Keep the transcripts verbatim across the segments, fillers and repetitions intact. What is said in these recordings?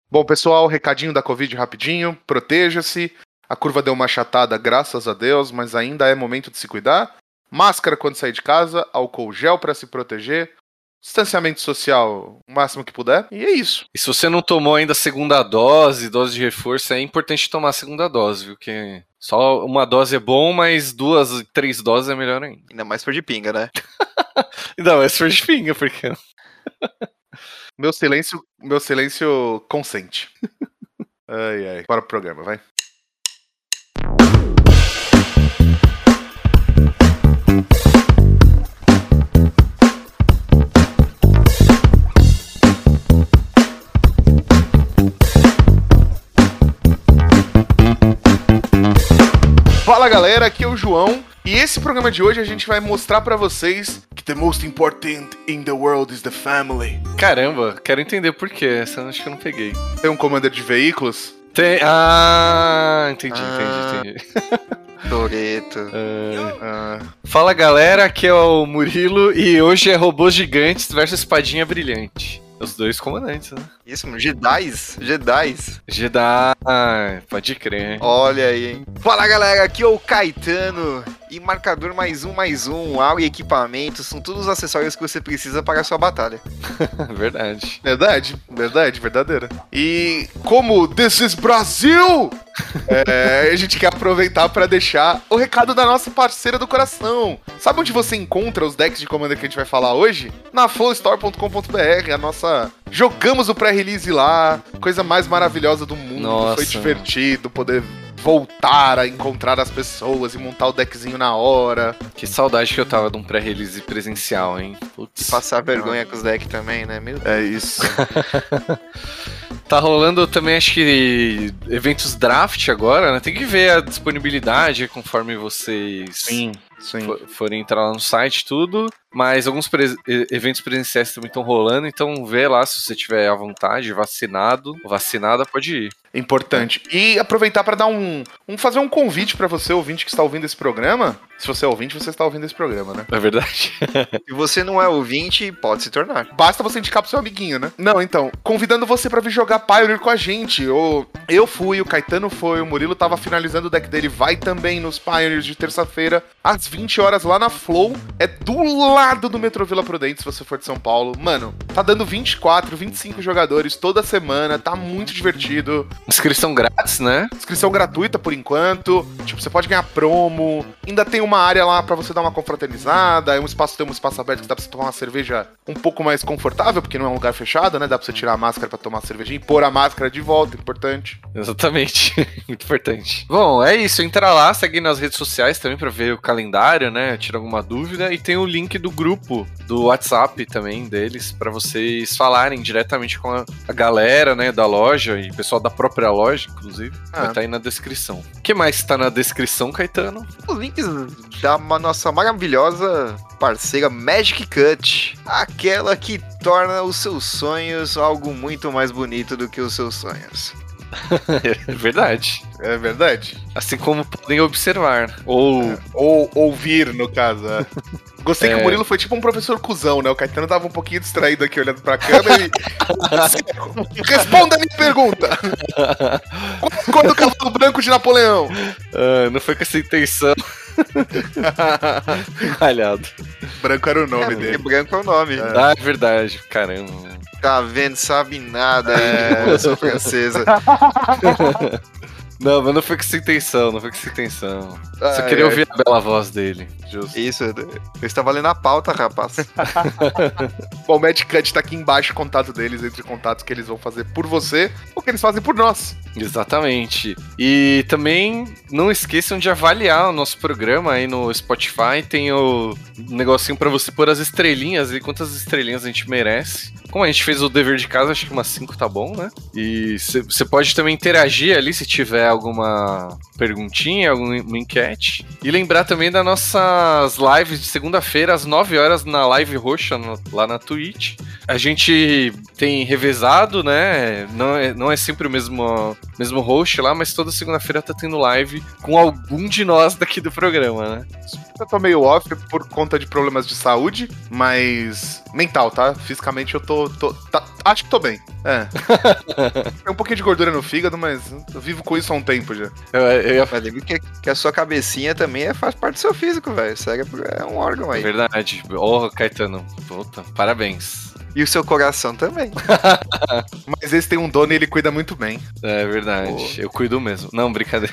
Bom, pessoal, recadinho da Covid rapidinho, proteja-se. A curva deu uma achatada, graças a Deus, mas ainda é momento de se cuidar. Máscara quando sair de casa, álcool gel para se proteger, distanciamento social o máximo que puder, e é isso. E se você não tomou ainda a segunda dose, dose de reforço, é importante tomar a segunda dose, viu? Que só uma dose é bom, mas duas, três doses é melhor ainda. Ainda mais for de pinga, né? Ainda mais for de pinga, porque... Meu silêncio, meu silêncio consente. Ai, ai. Bora pro programa, vai. Fala galera, aqui é o João e esse programa de hoje a gente vai mostrar pra vocês que the most important in the world is the family. Caramba, quero entender por quê, essa eu acho que eu não peguei. Tem um commander de veículos? Tem... Ah, entendi, Ah. entendi, entendi. Toreto. Ah, Ah, Fala galera, aqui é o Murilo e hoje é Robôs Gigantes versus Espadinha Brilhante. Os dois comandantes, né? Isso, mano. Jedis. Jedis. Jedi, pode crer. Olha aí, hein? Fala, galera. Aqui é o Caetano. E marcador mais um, mais um. Áudio e equipamentos são todos os acessórios que você precisa para a sua batalha. Verdade. verdade, verdade, verdadeira. E como This is Brasil, é, a gente quer aproveitar pra deixar o recado da nossa parceira do coração. Sabe onde você encontra os decks de commander que a gente vai falar hoje? Na flow store ponto com ponto b r, a nossa... Jogamos o pré-release lá, coisa mais maravilhosa do mundo. Nossa. Foi divertido poder voltar a encontrar as pessoas e montar o deckzinho na hora. Que saudade que eu tava de um pré-release presencial, hein? Putz. Passar vergonha com os decks também, né? Meu Deus. É isso. Tá rolando também, acho que, eventos draft agora, né? Tem que ver a disponibilidade conforme vocês Sim, sim. for- forem entrar lá no site, tudo. Mas alguns pre- e- eventos presenciais também estão rolando, então vê lá se você tiver à vontade, vacinado ou vacinada, pode ir. Importante. E aproveitar para dar um, um. fazer um convite para você, ouvinte, que está ouvindo esse programa. Se você é ouvinte, você está ouvindo esse programa, né? Não é verdade? Se você não é ouvinte, pode se tornar. Basta você indicar pro seu amiguinho, né? Não, então, convidando você pra vir jogar Pioneer com a gente. O, eu fui, o Caetano foi, o Murilo tava finalizando o deck dele, vai também nos Pioneers de terça-feira, às vinte horas lá na Flow. É do lado do metrô Vila Prudente, se você for de São Paulo. Mano, tá dando vinte e quatro, vinte e cinco jogadores toda semana, tá muito divertido. Inscrição grátis, né? Inscrição gratuita por enquanto. Tipo, você pode ganhar promo. Ainda tem uma área lá pra você dar uma confraternizada. É um espaço, tem um espaço aberto que dá pra você tomar uma cerveja um pouco mais confortável, porque não é um lugar fechado, né? Dá pra você tirar a máscara pra tomar uma cervejinha e pôr a máscara de volta, importante. Exatamente, muito importante. Bom, é isso, entra lá, segue nas redes sociais também pra ver o calendário, né, tira alguma dúvida, e tem o link do grupo do WhatsApp também deles, pra vocês falarem diretamente com a, a galera, né, da loja e pessoal da própria loja, inclusive, Ah. vai estar aí na descrição. O que mais tá na descrição, Caetano? Os links da ma- nossa maravilhosa parceira Magic Cut. Aquela que torna os seus sonhos algo muito mais bonito do que os seus sonhos. É verdade. É verdade? Assim como podem observar. Ou... Ou ouvir, no caso. é. Gostei É. que o Murilo foi tipo um professor cuzão, né? O Caetano tava um pouquinho distraído aqui olhando pra câmera e. Responda a minha pergunta! Qual a cor do cavalo branco de Napoleão? Ah, não foi com essa intenção. Malhado. Branco era o É, nome porque dele. branco é o nome. Ah, é verdade. Caramba. Tá vendo? Sabe nada aí É. de Revolução Francesa. Não, mas não foi com essa intenção, não foi com essa intenção. Só Ai, queria ai. ouvir a bela voz dele. Justo. Isso, eu estava lendo a pauta, rapaz. Bom, o Magic Cut tá aqui embaixo o contato deles, entre contatos que eles vão fazer por você ou que eles fazem por nós. Exatamente. E também não esqueçam de avaliar o nosso programa aí no Spotify. Tem o negocinho pra você pôr as estrelinhas e quantas estrelinhas a gente merece. Como a gente fez o dever de casa, acho que umas cinco tá bom, né? E você pode também interagir ali se tiver alguma perguntinha, alguma enquete. E lembrar também das nossas lives de segunda-feira, às nove horas, na live roxa, no- lá na Twitch. A gente tem revezado, né? Não é, não é sempre o mesmo mesmo host lá, mas toda segunda-feira tá tendo live com algum de nós daqui do programa, né? Eu tô meio off por conta de problemas de saúde, mas mental, tá? Fisicamente eu tô... tô tá, acho que tô bem. É. Tem um pouquinho de gordura no fígado, mas eu vivo com isso há um tempo já. Eu, eu ia... Mas lembra que, que a sua cabecinha também é, faz parte do seu físico, velho. Cérebro é um órgão aí. É verdade. Ô, oh, Caetano, puta, parabéns. E o seu coração também. Mas esse tem um dono e ele cuida muito bem. É verdade, Pô. eu cuido mesmo. Não, brincadeira.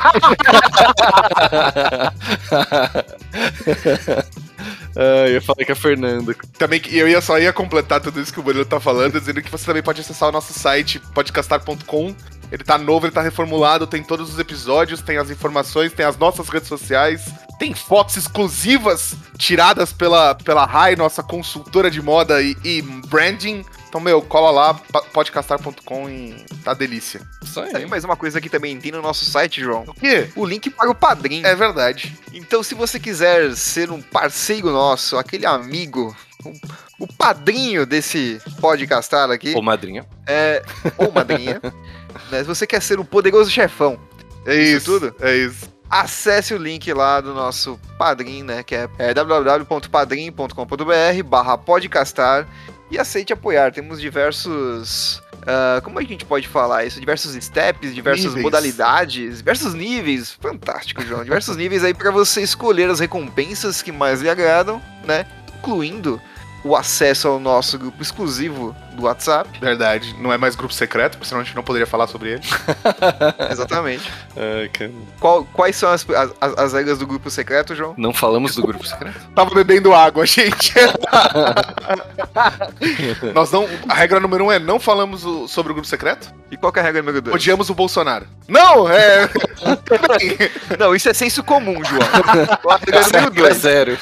Ah, eu ia falar com a Fernanda. Também, eu ia só ia completar tudo isso que o Murilo tá falando, dizendo que você também pode acessar o nosso site, podcastar ponto com. Ele tá novo, ele tá reformulado, tem todos os episódios, tem as informações, tem as nossas redes sociais, tem fotos exclusivas tiradas pela, pela Rai, nossa consultora de moda e, e branding. Então, meu, cola lá, podcastar ponto com e tá delícia. Isso aí. Tem mais uma coisa que também tem no nosso site, João. O quê? O link para o Padrim. É verdade. Então, se você quiser ser um parceiro nosso, aquele amigo, um, o padrinho desse podcastar aqui... Ou madrinha. É, ou madrinha. Né, se você quer ser o poderoso chefão. É isso, isso tudo? É isso. Acesse o link lá do nosso Padrim, né? Que é, é w w w ponto padrim ponto com ponto b r barra podcastar e aceite apoiar. Temos diversos... Uh, como a gente pode falar isso? Diversos steps, diversas níveis. modalidades, diversos níveis. Fantástico, João. Diversos níveis aí pra você escolher as recompensas que mais lhe agradam, né? Incluindo o acesso ao nosso grupo exclusivo do WhatsApp. Verdade. Não é mais grupo secreto, porque senão a gente não poderia falar sobre ele. Exatamente. Ai, cara. Qual, quais são as, as, as regras do grupo secreto, João? Não falamos do grupo secreto? Tava bebendo água, gente. Nós não... A regra número um é não falamos o, sobre o grupo secreto. E qual que é a regra número dois? Odiamos o Bolsonaro. Não, é... Não, isso é senso comum, João. A regra número dois. Zero.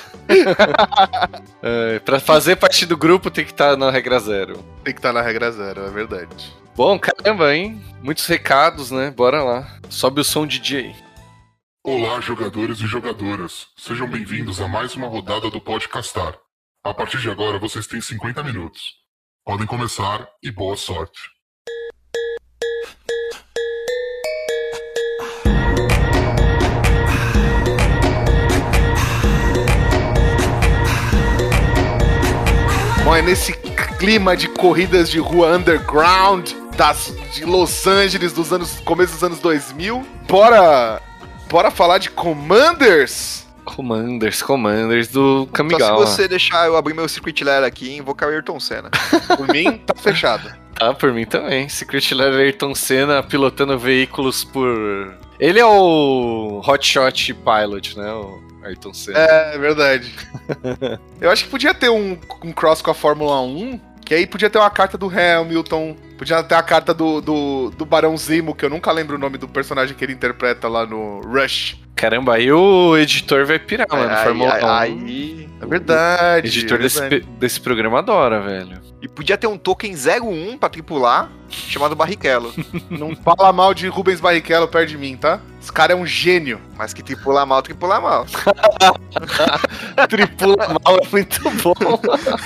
É, pra fazer parte do grupo tem que estar tá na regra zero. Tem que estar tá na regra zero, é verdade. Bom, caramba, hein? Muitos recados, né? Bora lá. Sobe o som, D J. Olá, jogadores e jogadoras. Sejam bem-vindos a mais uma rodada do Podcastar. A partir de agora, vocês têm cinquenta minutos. Podem começar e boa sorte. Bom, é nesse clima de corridas de rua underground das, de Los Angeles dos anos, começo dos anos dois mil. Bora, bora falar de Commanders? Commanders, Commanders do Kamigawa. Só se você deixar eu abrir meu Secret Lair aqui e invocar o Ayrton Senna. Por mim, tá fechado. Tá, por mim também. Secret Lair Ayrton Senna pilotando veículos por... Ele é o Hotshot Pilot, né? O Ayrton Senna. É, verdade. Eu acho que podia ter um, um cross com a Fórmula um, que aí podia ter uma carta do Hamilton, podia ter a carta do, do, do Barão Zemo, que eu nunca lembro o nome do personagem que ele interpreta lá no Rush. Caramba, aí o editor vai pirar, mano, aí, Fórmula aí, um. Aí... É verdade. O editor é desse, verdade. desse programa adora, velho. E podia ter um token zero um pra tripular, chamado Barrichello. Não fala mal de Rubens Barrichello perto de mim, tá? Esse cara é um gênio. Mas que tripula mal, tripula mal. Tripula mal é muito bom.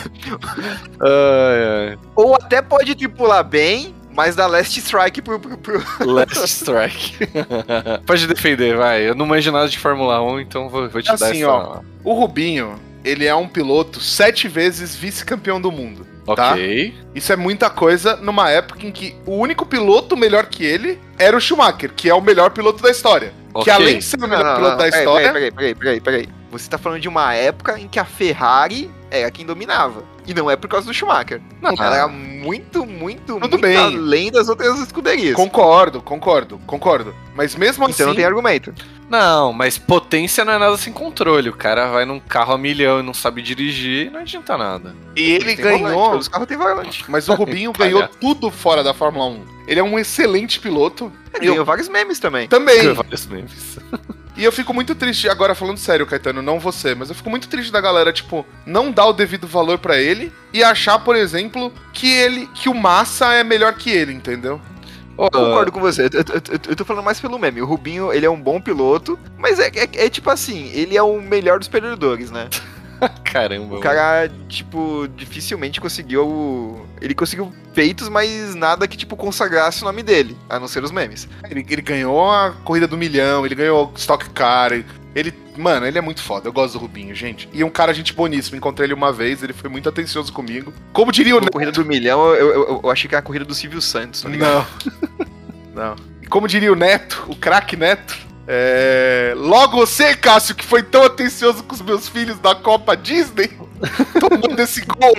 ai, ai. Ou até pode tripular bem, mas dá last strike pro... pro, pro... Last strike. Pode defender, vai. Eu não manjo nada de Fórmula um, então vou, vou te assim, dar essa... Ó, o Rubinho, ele é um piloto sete vezes vice-campeão do mundo. Ok. Tá? Isso é muita coisa numa época em que o único piloto melhor que ele era o Schumacher, que é o melhor piloto da história. Okay. Que além de ser o melhor não, não, piloto não, da peraí, história... Peraí, peraí, peraí, peraí. Você tá falando de uma época em que a Ferrari era quem dominava. E não é por causa do Schumacher. Não, ela era muito, muito, Tudo muito bem. além das outras escuderias. Concordo, concordo, concordo. Mas mesmo assim... Então não tem argumento. Não, mas potência não é nada sem controle. O cara vai num carro a milhão e não sabe dirigir, não adianta nada. E ele Tem ganhou... volante, os carros têm volante. Mas o Rubinho ganhou tudo fora da Fórmula um. Ele é um excelente piloto. Ele ganhou vários memes também. Também. Vários memes. E eu fico muito triste, agora falando sério, Caetano, não você, mas eu fico muito triste da galera, tipo, não dar o devido valor pra ele e achar, por exemplo, que ele, que o Massa é melhor que ele, entendeu? Eu concordo com você, eu, eu, eu, eu tô falando mais pelo meme. O Rubinho, ele é um bom piloto, mas é, é, é tipo assim, ele é o melhor dos perdedores, né? Caramba. O cara, tipo, dificilmente conseguiu... Ele conseguiu feitos, mas nada que, tipo, consagrasse o nome dele, a não ser os memes. Ele, ele ganhou a corrida do milhão, ele ganhou Stock Car. Ele, mano, ele é muito foda. Eu gosto do Rubinho, gente. E um cara, gente boníssimo. Encontrei ele uma vez, ele foi muito atencioso comigo. Como diria o A Neto. corrida do milhão, eu, eu, eu achei que era a corrida do Silvio Santos, tá ligado? Não. Não. E como diria o Neto, o craque Neto. É... Logo você, Cássio, que foi tão atencioso com os meus filhos da Copa Disney, tomando esse gol.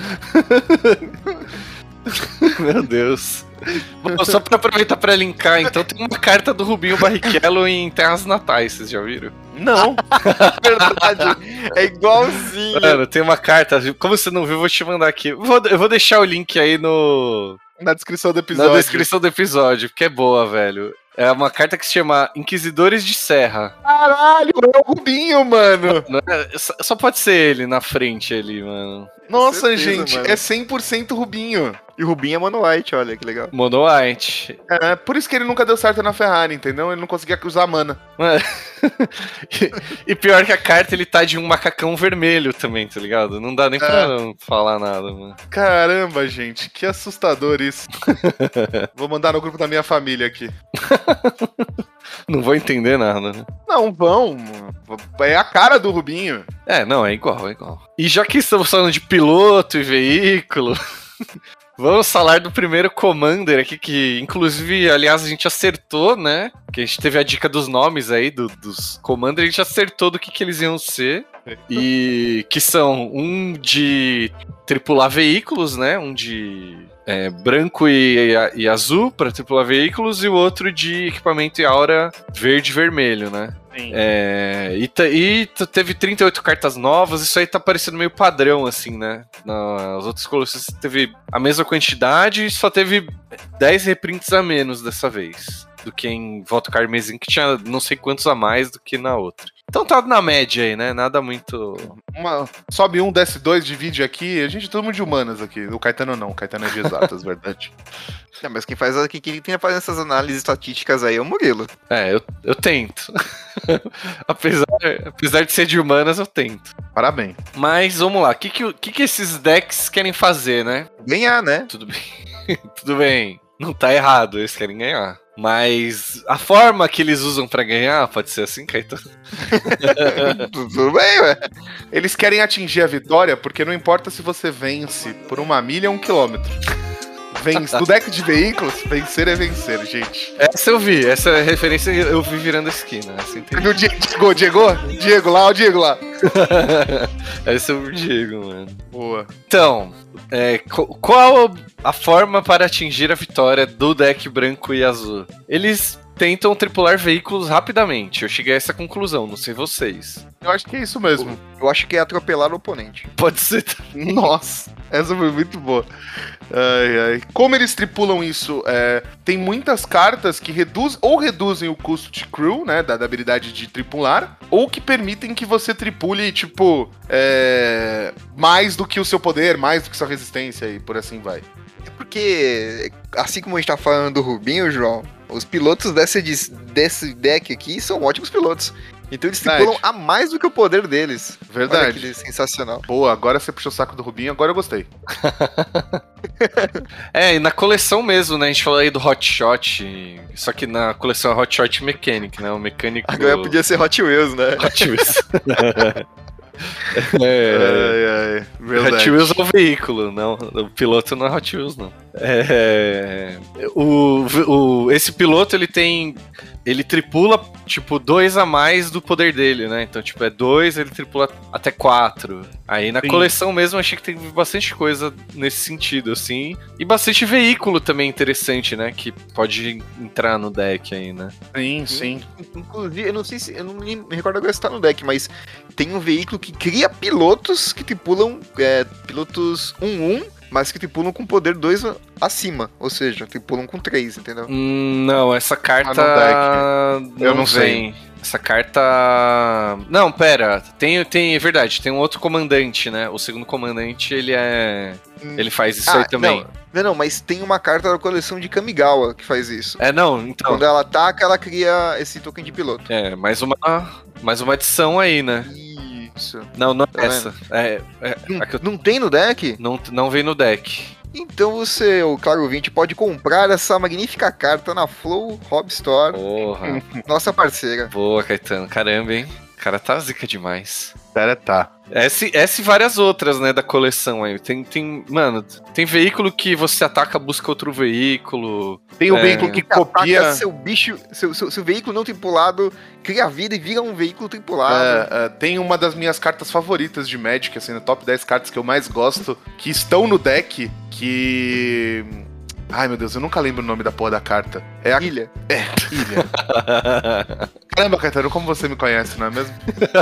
Meu Deus. Bom, só pra aproveitar pra linkar, então tem uma carta do Rubinho Barrichello em Terras Natais, vocês já viram? Não. Verdade. É igualzinho. Mano, tem uma carta, como você não viu, eu vou te mandar aqui. Eu vou, eu vou deixar o link aí no... Na descrição do episódio. Na descrição do episódio, porque é boa, velho. É uma carta que se chama Inquisidores de Serra. Caralho, é o Rubinho, mano. Não é- só- Só pode ser ele na frente ali, mano. Nossa, certeza, gente, mano. é cem por cento Rubinho. E o Rubinho é Mono White, olha que legal. Mono White. É, por isso que ele nunca deu certo na Ferrari, entendeu? Ele não conseguia usar a mana. Mano, e, e pior que a carta, ele tá de um macacão vermelho também, tá ligado? Não dá nem pra falar nada, mano. Caramba, gente, que assustador isso. Vou mandar no grupo da minha família aqui. Não vou entender nada, né? Não, vão. É a cara do Rubinho. É, não, é igual, é igual. E já que estamos falando de piloto e veículo, vamos falar do primeiro Commander aqui, que inclusive, aliás, a gente acertou, né? Que a gente teve a dica dos nomes aí, do- dos Commander, a gente acertou do que, que eles iam ser. E que são um de tripular veículos, né? Um de é, branco e, e azul para tripular veículos, e o outro de equipamento e aura verde e vermelho, né? Sim. É, e, ta- e t- teve trinta e oito cartas novas, isso aí tá parecendo meio padrão, assim, né? Nas outras coleções teve a mesma quantidade e só teve dez reprints a menos dessa vez do que em Voto Carmesim, que tinha não sei quantos a mais do que na outra. Então tá na média aí, né? Nada muito... Uma, sobe um, desce dois, divide aqui. A gente é todo mundo de humanas aqui. O Caetano não, o Caetano é de exatas, verdade. Não, mas quem faz quem, quem tem fazer essas análises estatísticas aí é o Murilo. É, eu, eu tento. apesar, apesar de ser de humanas, eu tento. Parabéns. Mas vamos lá, o que, que, o- que, que esses decks querem fazer, né? Ganhar, né? Tudo bem. Tudo bem. Não tá errado, eles querem ganhar. Mas a forma que eles usam pra ganhar, pode ser assim, Caetano? Tudo bem, ué. Eles querem atingir a vitória porque não importa se você vence por uma milha ou um quilômetro. Vence. Do deck de veículos, vencer é vencer, gente. Essa eu vi, essa referência eu vi virando a esquina. Essa eu entendi. Viu o Diego? Diego? Diego lá, o Diego lá. Essa eu digo, mano. Boa. Então, é, co- qual a forma para atingir a vitória do deck branco e azul? Eles tentam tripular veículos rapidamente. Eu cheguei a essa conclusão, não sei vocês. Eu acho que é isso mesmo. Eu acho que é atropelar o oponente. Pode ser. Nossa, essa foi muito boa. Ai, ai. Como eles tripulam isso? É, tem muitas cartas que reduzem ou reduzem o custo de crew, né? Da, da habilidade de tripular, ou que permitem que você tripule, tipo, é, mais do que o seu poder, mais do que sua resistência e por assim vai. É porque, assim como a gente tá falando do Rubinho, João, os pilotos desse, dis- desse deck aqui são ótimos pilotos. Então eles Verdade. tripulam a mais do que o poder deles. Olha Verdade. que sensacional. Boa, agora você puxou o saco do Rubinho, agora eu gostei. É, e na coleção mesmo, né? A gente falou aí do Hot Shot. Só que na coleção é Hot Shot Mechanic, né? O mecânico. Agora podia ser Hot Wheels, né? Hot Wheels. é. Ai, ai, verdade. Hot Wheels é o veículo, não. O piloto não é Hot Wheels, não. É, o, o, esse piloto, ele tem... Ele tripula, tipo, dois a mais do poder dele, né? Então, tipo, é dois, ele tripula até quatro. Aí na Sim. coleção mesmo, achei que teve bastante coisa nesse sentido, assim. E bastante veículo também interessante, né? Que pode entrar no deck aí, né? Sim, sim. Inclusive, eu não sei se. Eu não me recordo agora se tá no deck, mas tem um veículo que cria pilotos que tripulam. É, pilotos um um, mas que tripulam com poder dois acima. Ou seja, tripulam com três, entendeu? Hum, não, essa carta. Ah, no deck. Eu não vem. Essa carta. Não, pera. Tem, tem, é verdade, tem um outro comandante, né? O segundo comandante, ele é. Ele faz isso Ah, aí também. Não, não, não, mas tem uma carta da coleção de Kamigawa que faz isso. É, não, então. Quando ela ataca, ela cria esse token de piloto. É, mais uma, mais uma adição aí, né? E Isso. Não, não Tá é essa. É, é, Não, a que eu- não tem no deck? não, não vem no deck. Então você, o Claro Ouvinte, pode comprar essa magnífica carta na Flow Hobby Store, Porra. nossa parceira. Boa, Caetano. Caramba, hein? O cara tá zica demais. Cara, tá. Essa, essa e várias outras, né, da coleção aí. Tem, tem, mano, tem veículo que você ataca, busca outro veículo. Tem o É. veículo que Ataca copia. seu bicho, seu, seu, seu veículo não tripulado, cria vida e vira um veículo tripulado. É, é, tem uma das minhas cartas favoritas de Magic, assim, no top dez cartas que eu mais gosto, que estão no deck, que... Ai, meu Deus, eu nunca lembro o nome da porra da carta. É a Ilha. ilha. Caramba, Caetano, como você me conhece, não é mesmo?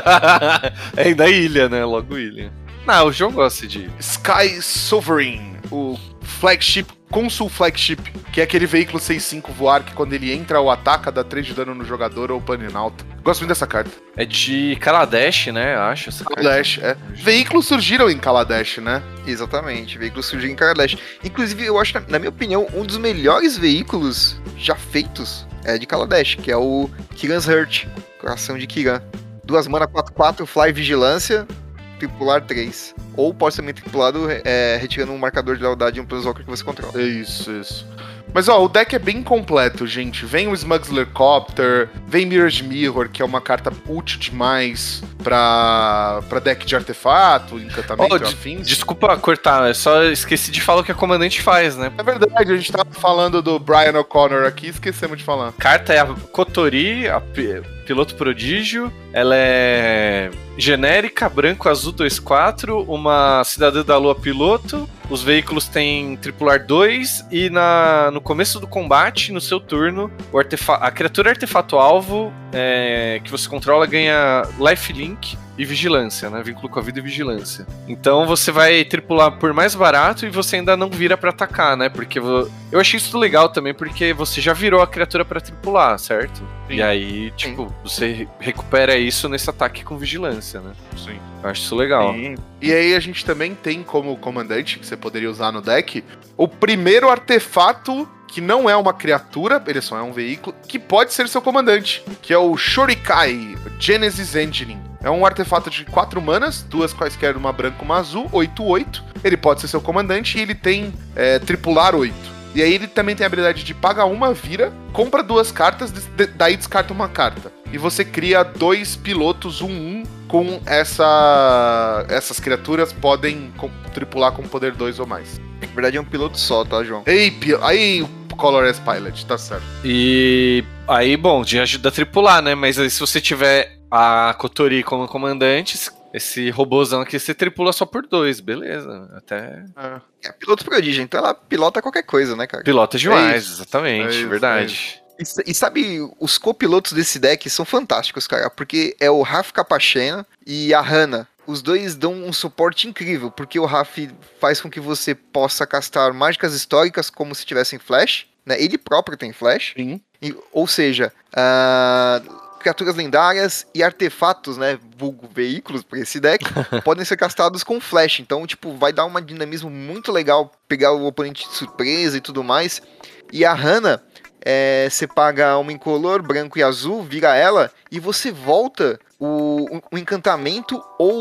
É da ilha, né? Logo ilha. Não, o João gosta de. Sky Sovereign, o flagship, Consul Flagship, que é aquele veículo seis cinco voar que quando ele entra ou ataca dá três de dano no jogador ou planalto. Gosto muito dessa carta. É de Kaladesh, né? Acho essa carta. Kaladesh, é. Veículos surgiram em Kaladesh, né? Exatamente, veículos surgem em Kaladesh. Inclusive, eu acho, na, na minha opinião, um dos melhores veículos já feitos é de Kaladesh, que é o Kiran's Hurt, Coração de Kiran. Duas mana, quatro quatro, Fly Vigilância, tripular três. Ou pode ser também tripulado é, retirando um marcador de lealdade de um Planeswalker que você controla. Isso, isso. Mas ó, o deck é bem completo, gente. Vem o Smuggler Copter, vem Mirage Mirror, que é uma carta útil demais pra, pra deck de artefato, encantamento Oh, e de- afins. Desculpa cortar, eu só esqueci de falar o que a comandante faz, né? É verdade, a gente tava falando do Brian O'Connor aqui, esquecemos de falar. Carta é a Kotori, a pi- piloto prodígio. Ela é genérica, branco, azul, dois quatro, uma cidadã da lua piloto. Os veículos têm tripular dois e na, no começo do combate, no seu turno, o artefa- a criatura artefato alvo é, que você controla ganha lifelink e vigilância, né? Vínculo com a vida e vigilância. Então você vai tripular por mais barato e você ainda não vira pra atacar, né? Porque vo- eu achei isso legal também, porque você já virou a criatura pra tripular, certo? Sim. E aí, tipo, você recupera isso nesse ataque com vigilância, né? Sim. Eu acho isso legal. E aí a gente também tem como comandante, que você poderia usar no deck, o primeiro artefato que não é uma criatura, ele só é um veículo, que pode ser seu comandante, que é o Shorikai Genesis Engine. É um artefato de quatro manas, duas quaisquer, uma branca e uma azul, oito oito. Ele pode ser seu comandante e ele tem é, tripular oito. E aí ele também tem a habilidade de pagar uma, vira, compra duas cartas, de- daí descarta uma carta. E você cria dois pilotos um um com essa... Essas criaturas podem com- tripular com poder dois ou mais. Na verdade é um piloto só, tá, João? Ei, pi- aí o Colorless Pilot, tá certo. E aí, bom, de ajuda a tripular, né? Mas aí se você tiver a Kotori como comandante, esse robôzão aqui você tripula só por dois, beleza. Até É. É piloto prodígio, então ela pilota qualquer coisa, né, cara? pilota demais, É isso. exatamente, É isso, verdade. E, s- e sabe, os copilotos desse deck são fantásticos, cara, porque é o Raf Capachena e a Hana. Os dois dão um suporte incrível, porque o Raf faz com que você possa castar mágicas históricas como se tivessem flash, né? Ele próprio tem flash, Sim. e- ou seja, ah, criaturas lendárias e artefatos, né, vulgo veículos para esse deck, podem ser castados com flash. Então, tipo, vai dar um dinamismo muito legal, pegar o oponente de surpresa e tudo mais. E a Hana, é, você paga uma incolor, branco e azul, vira ela, e você volta o, o encantamento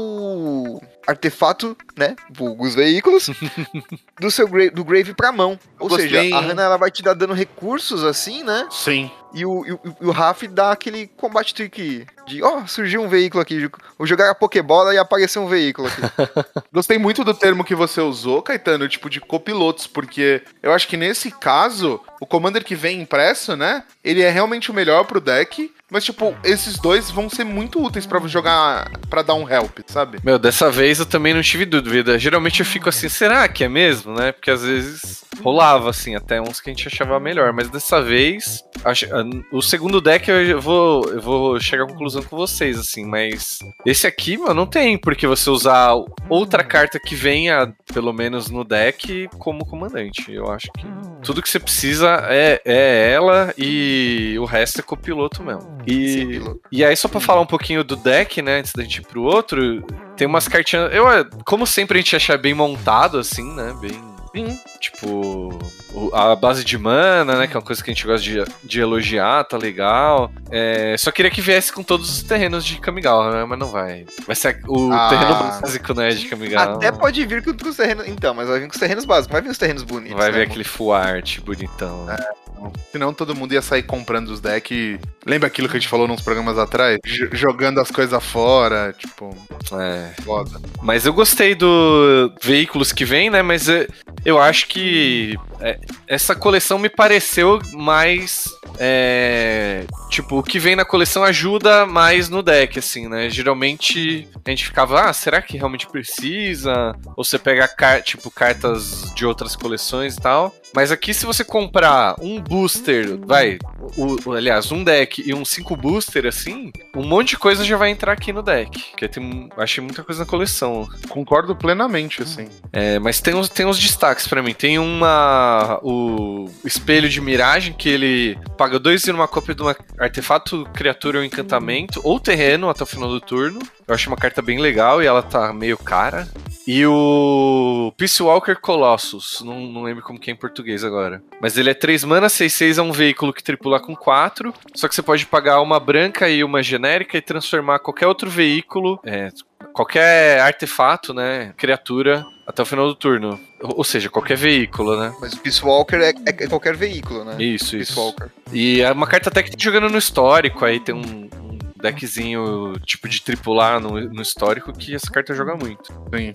ou artefato, né, vulgo os veículos, do seu gra do grave pra mão. Ou Gostei. seja, a Hana ela vai te dar dando recursos assim, né? Sim. E o, e o, e o Raf dá aquele combat trick de, ó, oh, surgiu um veículo aqui, vou jogar a Pokébola e apareceu um veículo aqui. Gostei muito do termo que você usou, Caetano, tipo de copilotos, porque eu acho que nesse caso, o Commander que vem impresso, né, ele é realmente o melhor pro deck, mas tipo, esses dois vão ser muito úteis pra jogar, pra dar um help, sabe? Meu, dessa vez eu também não tive dúvida. Geralmente eu fico assim, será que é mesmo, né? Porque às vezes rolava, assim, até uns que a gente achava melhor. Mas dessa vez, acho- o segundo deck eu vou, eu vou chegar à conclusão com vocês, assim. Mas esse aqui, mano, não tem porque você usar outra carta que venha, pelo menos no deck, como comandante. Eu acho que tudo que você precisa é, é ela e o resto é copiloto mesmo. Sim, E, piloto. e aí, só pra falar um pouquinho do deck, né, antes da gente ir pro outro, tem umas cartinhas. Eu, como sempre, a gente acha bem montado, assim, né? Bem. Sim. Tipo, o- a base de mana, né? Que é uma coisa que a gente gosta de, de elogiar, tá legal. É, só queria que viesse com todos os terrenos de Kamigawa, né? Mas não vai. Vai ser o Ah. terreno básico, né? De Kamigawa. Até pode vir com, com os terrenos. Então, mas vai vir com os terrenos básicos, vai vir os terrenos bonitos. Vai né, ver mano? aquele full art bonitão. né? Senão todo mundo ia sair comprando os decks. Lembra aquilo que a gente falou nos programas atrás? J- jogando as coisas fora, tipo, É. foda. Mas eu gostei do veículos que vem, né? Mas é, eu acho que é, essa coleção me pareceu mais. é, tipo, o que vem na coleção ajuda mais no deck, assim, né? Geralmente a gente ficava, ah, será que realmente precisa? Ou você pega, car tipo, cartas de outras coleções e tal. Mas aqui, se você comprar um booster, vai, o, o- aliás, um deck e um cinco booster, assim, um monte de coisa já vai entrar aqui no deck. Porque tem, achei muita coisa na coleção. Concordo plenamente, assim. É, mas tem uns, tem uns destaques pra mim. Tem uma. O espelho de miragem, que ele paga dois e numa cópia de um artefato, criatura ou encantamento, ou terreno até o final do turno. Eu acho uma carta bem legal e ela tá meio cara. E o Peace Walker Colossus, não, não lembro como que é em português agora. Mas ele é três mana, seis seis, é um veículo que tripula com quatro. Só que você pode pagar uma branca e uma genérica e transformar qualquer outro veículo, é, qualquer artefato, né, criatura, até o final do turno. Ou ou seja, qualquer veículo, né? Mas o Peace Walker é, é qualquer veículo, né? Isso, Peace isso. Walker. E é uma carta até que tá jogando no histórico, aí tem um, um deckzinho tipo de tripular no, no histórico que essa carta joga muito. Sim.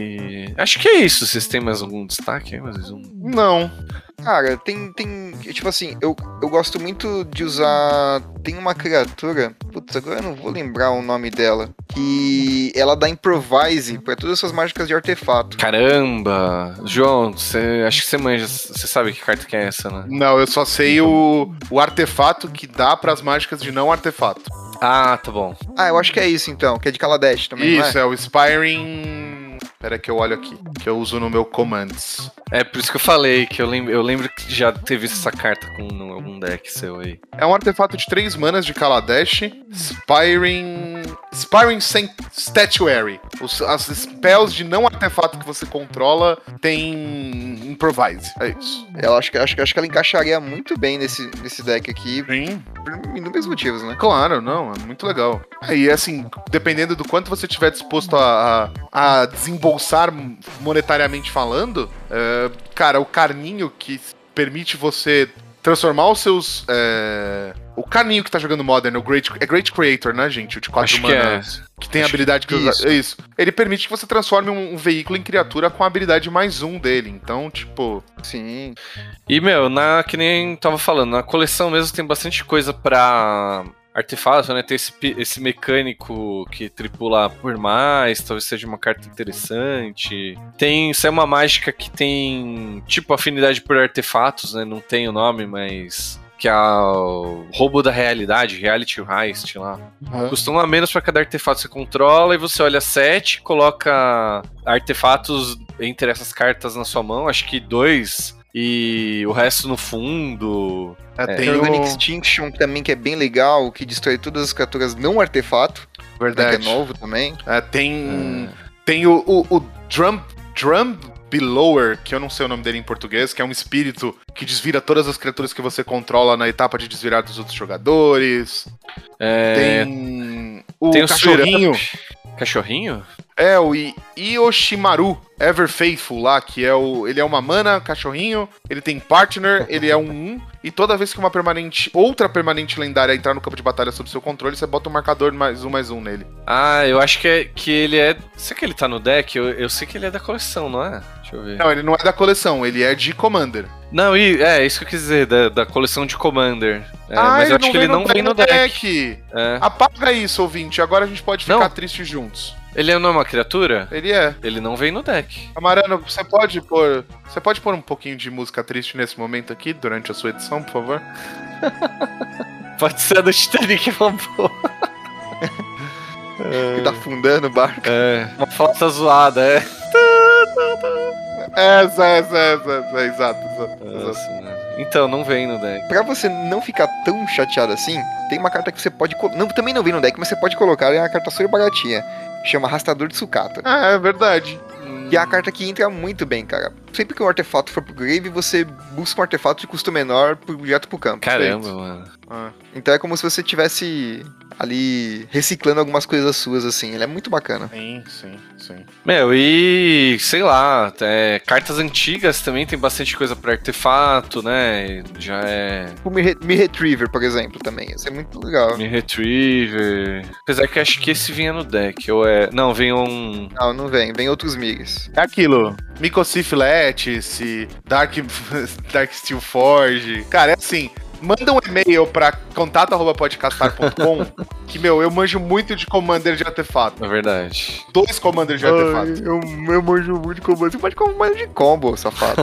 E acho que é isso. Vocês têm mais algum destaque aí? Mais um... Não. Cara, tem, tem. Tipo assim, eu, eu gosto muito de usar. Tem uma criatura. Putz, agora eu não vou lembrar o nome dela. Que ela dá improvise pra todas as suas mágicas de artefato. Caramba! João, você, acho que você manja. Você sabe que carta que é essa, né? Não, eu só sei o, o artefato que dá pras mágicas de não artefato. Ah, tá bom. Ah, eu acho que é isso então, que é de Kaladesh também. Isso, não é? é o Spiring. Pera que eu olho aqui. Que eu uso no meu commands. É por isso que eu falei, que eu lembro, eu lembro que já teve essa carta com no- algum deck seu aí. É um artefato de três manas de Kaladesh. Spiring. Spiring San- Statuary. Os, as spells de não artefato que você controla tem improvise. É isso. Ela acho que, acho, que- acho que ela encaixaria muito bem nesse, nesse deck aqui, Sim. por inúmeros motivos, né? Claro, não, é muito legal. E assim, dependendo do quanto você estiver disposto a, a, a desembolsar monetariamente falando, é, cara, o carninho que permite você transformar os seus. é, o carninho que tá jogando Modern, o Great, é Great Creator, né, gente? O de quatro Acho que é. manas. Que tem a Acho habilidade que que usa. isso. É isso. Ele permite que você transforme um, um veículo em criatura com a habilidade mais um dele. Então, tipo. Sim. E, meu, na, que nem tava falando, na coleção mesmo tem bastante coisa pra artefato, né? Tem esse, pi- esse mecânico que tripula por mais, talvez seja uma carta interessante. Tem, isso é uma mágica que tem, tipo, afinidade por artefatos, né? Não tem o nome, mas... Que é o roubo da realidade, Reality Heist lá. Custa um a menos pra cada artefato que você controla e você olha sete, coloca artefatos entre essas cartas na sua mão, acho que dois, e o resto no fundo. É, É, Tem tem o Organic o. Extinction também, que é bem legal, que destrói todas as criaturas não artefato, né, que é Verdade. novo também. É, tem. Tem o, o, o Drum. Drum Belower, que eu não sei o nome dele em português, que é um espírito que desvira todas as criaturas que você controla na etapa de desvirar dos outros jogadores. É, Tem o tem o cachorrinho. Swirl- Cachorrinho? É, o I- Yoshimaru Ever Faithful lá, que é o. Ele é uma mana, cachorrinho, ele tem partner, ele é um um, e toda vez que uma permanente, outra permanente lendária entrar no campo de batalha sob seu controle, você bota um marcador mais um mais um nele. Ah, eu acho que, é, que ele é. Será que ele tá no deck? Eu, eu sei que ele é da coleção, não é? Deixa eu ver. Não, ele não é da coleção, ele é de Commander. Não, e, é, isso que eu quis dizer, da, da coleção de Commander. É, mas eu acho que ele não vem no deck. É. Apaga isso, ouvinte, agora a gente pode ficar Não. triste juntos. Ele não é uma criatura? Ele é. Ele não vem no deck. Amarano, você pode pôr. Você pode pôr um pouquinho de música triste nesse momento aqui, durante a sua edição, por favor? Pode ser a do Titanic, vamos pôr. Que tá afundando o barco. É, uma flauta zoada, é. Essa, essa, essa, essa, exato, exato, exato. Nossa, né? Então, não vem no deck. Pra você não ficar tão chateado assim, tem uma carta que você pode... co- Não, também não vem no deck, mas você pode colocar, é uma carta super baratinha. Chama Arrastador de Sucata. Ah, é verdade. E é a carta que entra muito bem, cara. sempre que um artefato for pro grave, você busca um artefato de custo menor pro, direto pro campo. Caramba, Feito. mano. Ah. Então é como se você tivesse ali reciclando algumas coisas suas, assim. Ele é muito bacana. Sim, sim, sim. Meu, e sei lá, é, cartas antigas também tem bastante coisa pra artefato, né? Já é. O Me, Me Retriever, por exemplo, também. Isso é muito legal. Me Retriever. Apesar que acho que esse vinha no deck. Ou é. Não, vem um. Não, não vem. Vem outros migs. É aquilo. Micosif Lattice, Dark, Dark Steel Forge. Cara, é assim. Manda um e-mail pra contato arroba podcastar ponto com que, meu, eu manjo muito de Commander de artefato. É verdade. Dois Commanders de artefato. Ai, eu, eu manjo muito de combo. Você pode combo de combo, safado.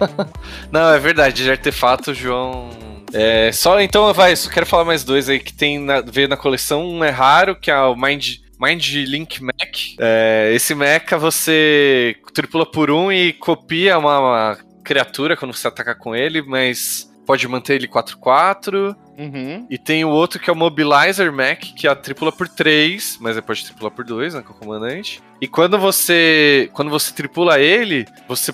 Não, é verdade. De artefato, João. É, só então, vai, só quero falar mais dois aí que tem na, veio na coleção. Um é raro, que é o Mind. Mind Link Mech. É, esse mecha você tripula por um e copia uma, uma criatura quando você ataca com ele, mas pode manter ele quatro quatro. Uhum. E tem o outro que é o Mobilizer Mech, que a tripula por três, mas aí pode tripular por dois, né, com o comandante. E quando você quando você tripula ele, você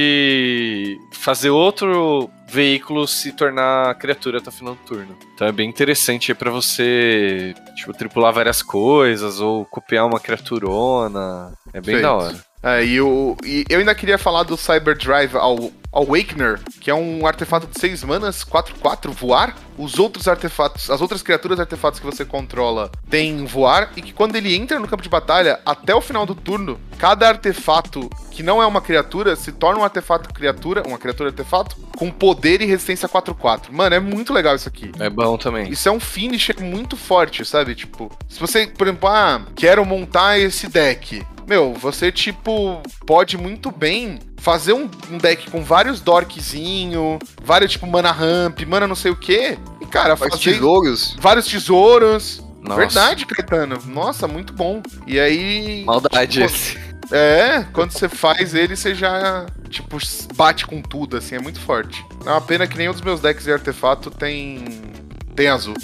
pode fazer outro veículo se tornar criatura até o final do turno. Então é bem interessante aí pra você, tipo, tripular várias coisas ou copiar uma criaturona. É bem Feito. da hora. É, e, o, e eu ainda queria falar do Cyber Drive ao Awakener, que é um artefato de seis manas, quatro quatro, voar. Os outros artefatos, as outras criaturas artefatos que você controla têm voar, e que quando ele entra no campo de batalha, até o final do turno, cada artefato que não é uma criatura se torna um artefato criatura, uma criatura artefato, com poder e resistência quatro quatro. Mano, é muito legal isso aqui. É bom também. Isso é um finisher muito forte, sabe? Tipo, se você, por exemplo, ah, quero montar esse deck. Meu, você, tipo, pode muito bem fazer um, um deck com vários dorkzinho, vários, tipo, mana ramp, mana não sei o quê. E, cara, Vários fazer tesouros. vários tesouros. Nossa. Verdade, Caetano. Nossa, muito bom. E aí... Maldade tipo, esse. É, quando você faz ele, você já, tipo, bate com tudo, assim, é muito forte. É uma pena que nenhum dos meus decks de artefato tem, tem azul.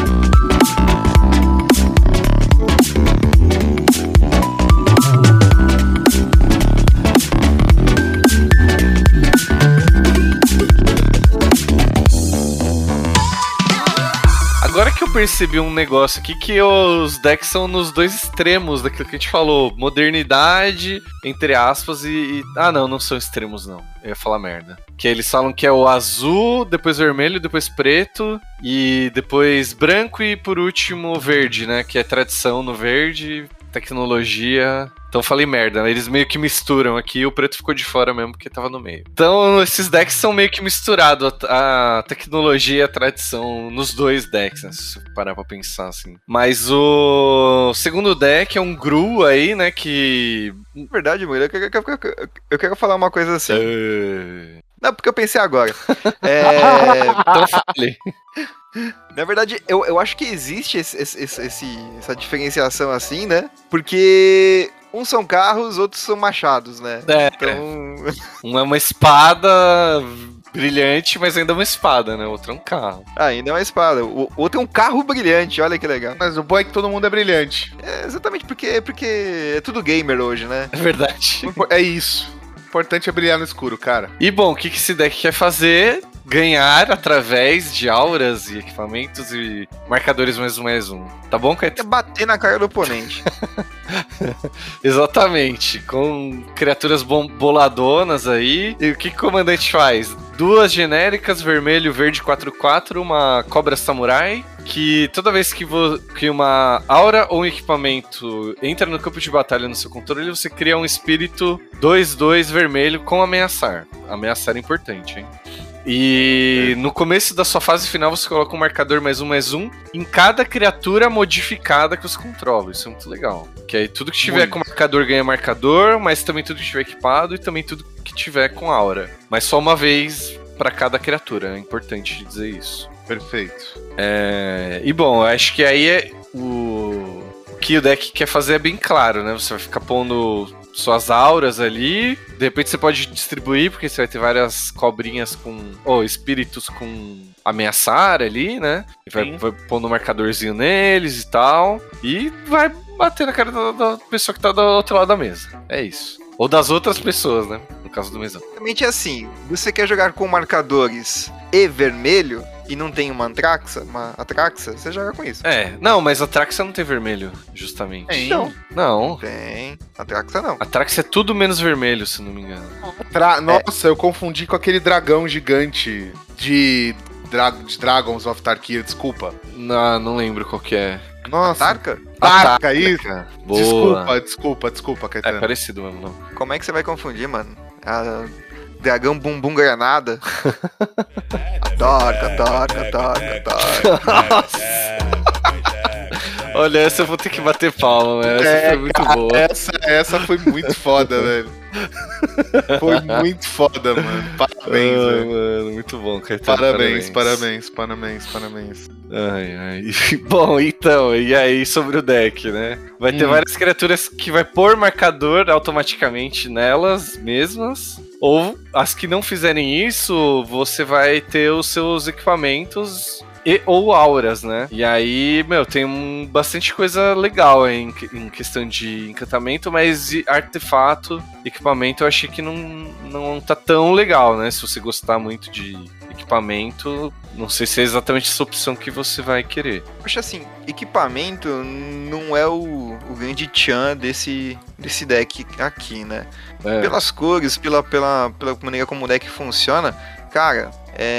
Agora que eu percebi um negócio aqui, que os decks são nos dois extremos daquilo que a gente falou. Modernidade, entre aspas, e... e... Ah, não, não são extremos, não. Eu ia falar merda. Que eles falam que é o azul, depois vermelho, depois preto, e depois branco e, por último, verde, né? Que é tradição no verde, tecnologia... Então falei merda, né? Eles meio que misturam aqui, o preto ficou de fora mesmo porque tava no meio. Então esses decks são meio que misturados, a, a tecnologia e a tradição nos dois decks, né? Se você parar pra pensar assim. Mas o segundo deck é um Gru aí, né? Que... Na verdade, mulher, eu quero, eu quero, eu quero falar uma coisa assim. Uh... Não, porque eu pensei agora. É... Então fale. Na verdade, eu, eu acho que existe esse, esse, esse, essa diferenciação assim, né? Porque uns são carros, outros são machados, né? É. Então... Um é uma espada brilhante, mas ainda é uma espada, né? O outro é um carro. Ah, ainda é uma espada. O outro é um carro brilhante, olha que legal. Mas o bom é que todo mundo é brilhante. É, exatamente, porque, porque é tudo gamer hoje, né? É verdade. É isso. O importante é brilhar no escuro, cara. E bom, o que esse deck quer fazer? Ganhar através de auras e equipamentos e marcadores mais um mais um. Tá bom, É Caetano? bater na cara do oponente. Exatamente. Com criaturas bom- boladonas aí. E o que, que o comandante faz? Duas genéricas, vermelho, verde, quatro quatro, uma cobra samurai. Que toda vez que, vo- que uma aura ou um equipamento entra no campo de batalha no seu controle, você cria um espírito dois dois vermelho com ameaçar. Ameaçar é importante, hein? E no começo da sua fase final você coloca um marcador mais um mais um em cada criatura modificada que você controla. Isso é muito legal. Que aí tudo que tiver Muito. com marcador ganha marcador, mas também tudo que tiver equipado e também tudo que tiver com aura. Mas só uma vez pra cada criatura, é importante dizer isso. Perfeito. É... E bom, eu acho que aí é o... o que o deck quer fazer é bem claro, né? Você vai ficar pondo suas auras ali, de repente você pode distribuir, porque você vai ter várias cobrinhas com... ou espíritos com ameaçar ali, né? E vai, vai pondo um marcadorzinho neles e tal, e vai bater na cara da, da pessoa que tá do outro lado da mesa. É isso. Ou das outras pessoas, né? No caso do mesão. Basicamente é assim, você quer jogar com marcadores e vermelho e não tem uma Antraxa, uma Atraxa, você joga com isso. É, não, mas a Traxa não tem vermelho, justamente. Tem. Não. Não. Tem. Atraxa não. A Traxa é tudo menos vermelho, se não me engano. Tra- Nossa, eu confundi com aquele dragão gigante de, Dra- de Dragons of Tarkir, desculpa. Não, não lembro qual que é. Nossa. Tarka? Tarka, isso. Boa. Desculpa, desculpa, desculpa, É Caetano. parecido mesmo, não. Como é que você vai confundir, mano? A dragão bumbum granada. Torca, torca, torca, torca. Olha, essa eu vou ter que bater palma, né? Essa É, foi muito cara, boa. Essa, essa foi muito foda, velho. Foi muito foda, mano. Parabéns, Ah, velho. mano, muito bom, Caetano. Parabéns, parabéns, parabéns, parabéns. Ai, ai. Bom, então, e aí sobre o deck, né? Vai ter Hum. várias criaturas que vai pôr marcador automaticamente nelas mesmas. Ou as que não fizerem isso, você vai ter os seus equipamentos e, ou auras, né? E aí, meu, tem um, bastante coisa legal em, em questão de encantamento, mas de artefato, equipamento, eu achei que não, não tá tão legal, né? Se você gostar muito de equipamento, não sei se é exatamente essa opção que você vai querer. Poxa, assim, equipamento não é o, o grande tchan desse, desse deck aqui, né? É. Pelas cores, pela, pela, pela maneira como o deck funciona, cara,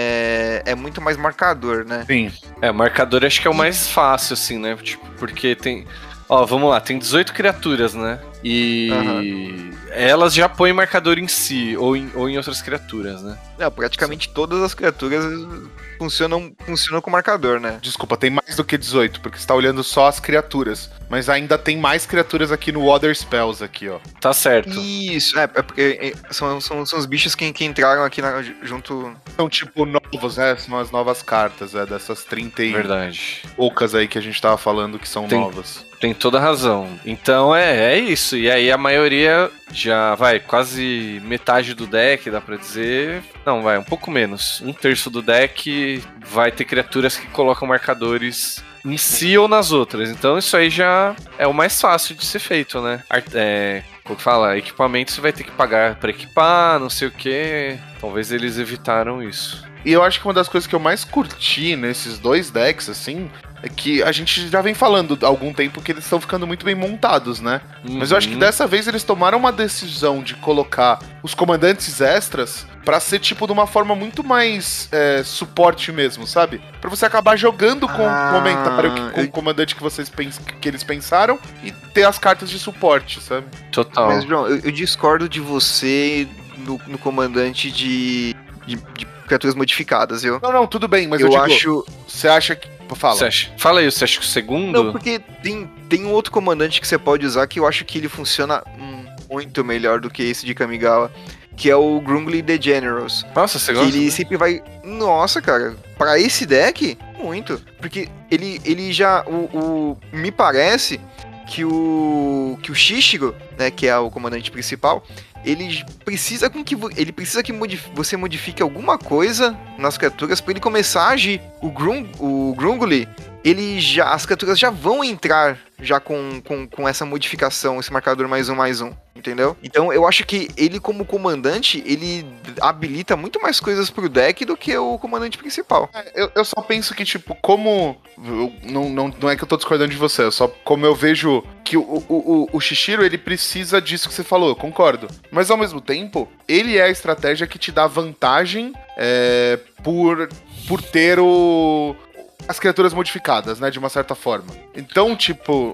é, é muito mais marcador, né? Sim. É, marcador acho que é o mais fácil, assim, né? Tipo, porque tem. Ó, vamos lá, tem dezoito criaturas, né? E Aham. elas já põem marcador em si, ou em, ou em outras criaturas, né? Não, praticamente todas as criaturas funcionam, funcionam com marcador, né? Desculpa, tem mais do que dezoito, porque você tá olhando só as criaturas. Mas ainda tem mais criaturas aqui no Other Spells, aqui, ó. Tá certo. Isso, é, é porque é, são, são, são os bichos que, que entraram aqui na- junto. São tipo novos, né? São as novas cartas, é, dessas trinta e Verdade. poucas aí que a gente tava falando que são Tem- novas. Tem toda a razão. Então é, é isso. E aí a maioria já vai, quase metade do deck, dá pra dizer. Não, vai, um pouco menos. Um terço do deck vai ter criaturas que colocam marcadores em si ou nas outras. Então isso aí já é o mais fácil de ser feito, né? Ar- É, como que fala? Equipamento você vai ter que pagar pra equipar, não sei o que. Talvez eles evitaram isso. E eu acho que uma das coisas que eu mais curti nesses dois decks, assim, é que a gente já vem falando há algum tempo que eles estão ficando muito bem montados, né? Mas eu acho que Uhum. dessa vez eles tomaram uma decisão de colocar os comandantes extras pra ser, tipo, de uma forma muito mais é, suporte mesmo, sabe? Pra você acabar jogando com Ah, o comentário, que, com eu- o comandante que vocês pens que eles pensaram e ter as cartas de suporte, sabe? Total. Mas, João, eu, eu discordo de você no, no comandante de, de, de criaturas modificadas, viu? Não, não, tudo bem, mas eu, eu digo, acho. você acha que... Fala. Você acha- Fala aí, você acha que o segundo. Não, porque tem, tem um outro comandante que você pode usar que eu acho que ele funciona hum, muito melhor do que esse de Kamigawa, que é o Grungly the Generous. Nossa, você Que gosta? ele sempre vai. Nossa, cara, pra esse deck, muito. Porque ele, ele já. O, o- me parece que o. Que o Shishiro, né, que é o comandante principal, ele precisa com que vo- ele precisa que modif- você modifique alguma coisa nas criaturas pra ele começar a agir. O Grung, o Grungly, ele já as criaturas já vão entrar já com, com, com essa modificação, esse marcador mais um mais um, entendeu? Então eu acho que ele como comandante, ele habilita muito mais coisas pro deck do que o comandante principal. Eu, eu só penso que, tipo, como. eu- não, não, não é que eu tô discordando de você, eu só como eu vejo que o, o, o, o Shishiro, ele precisa disso que você falou, eu concordo. Mas ao mesmo tempo, ele é a estratégia que te dá vantagem é, por, por ter o. As criaturas modificadas, né? De uma certa forma. Então, tipo.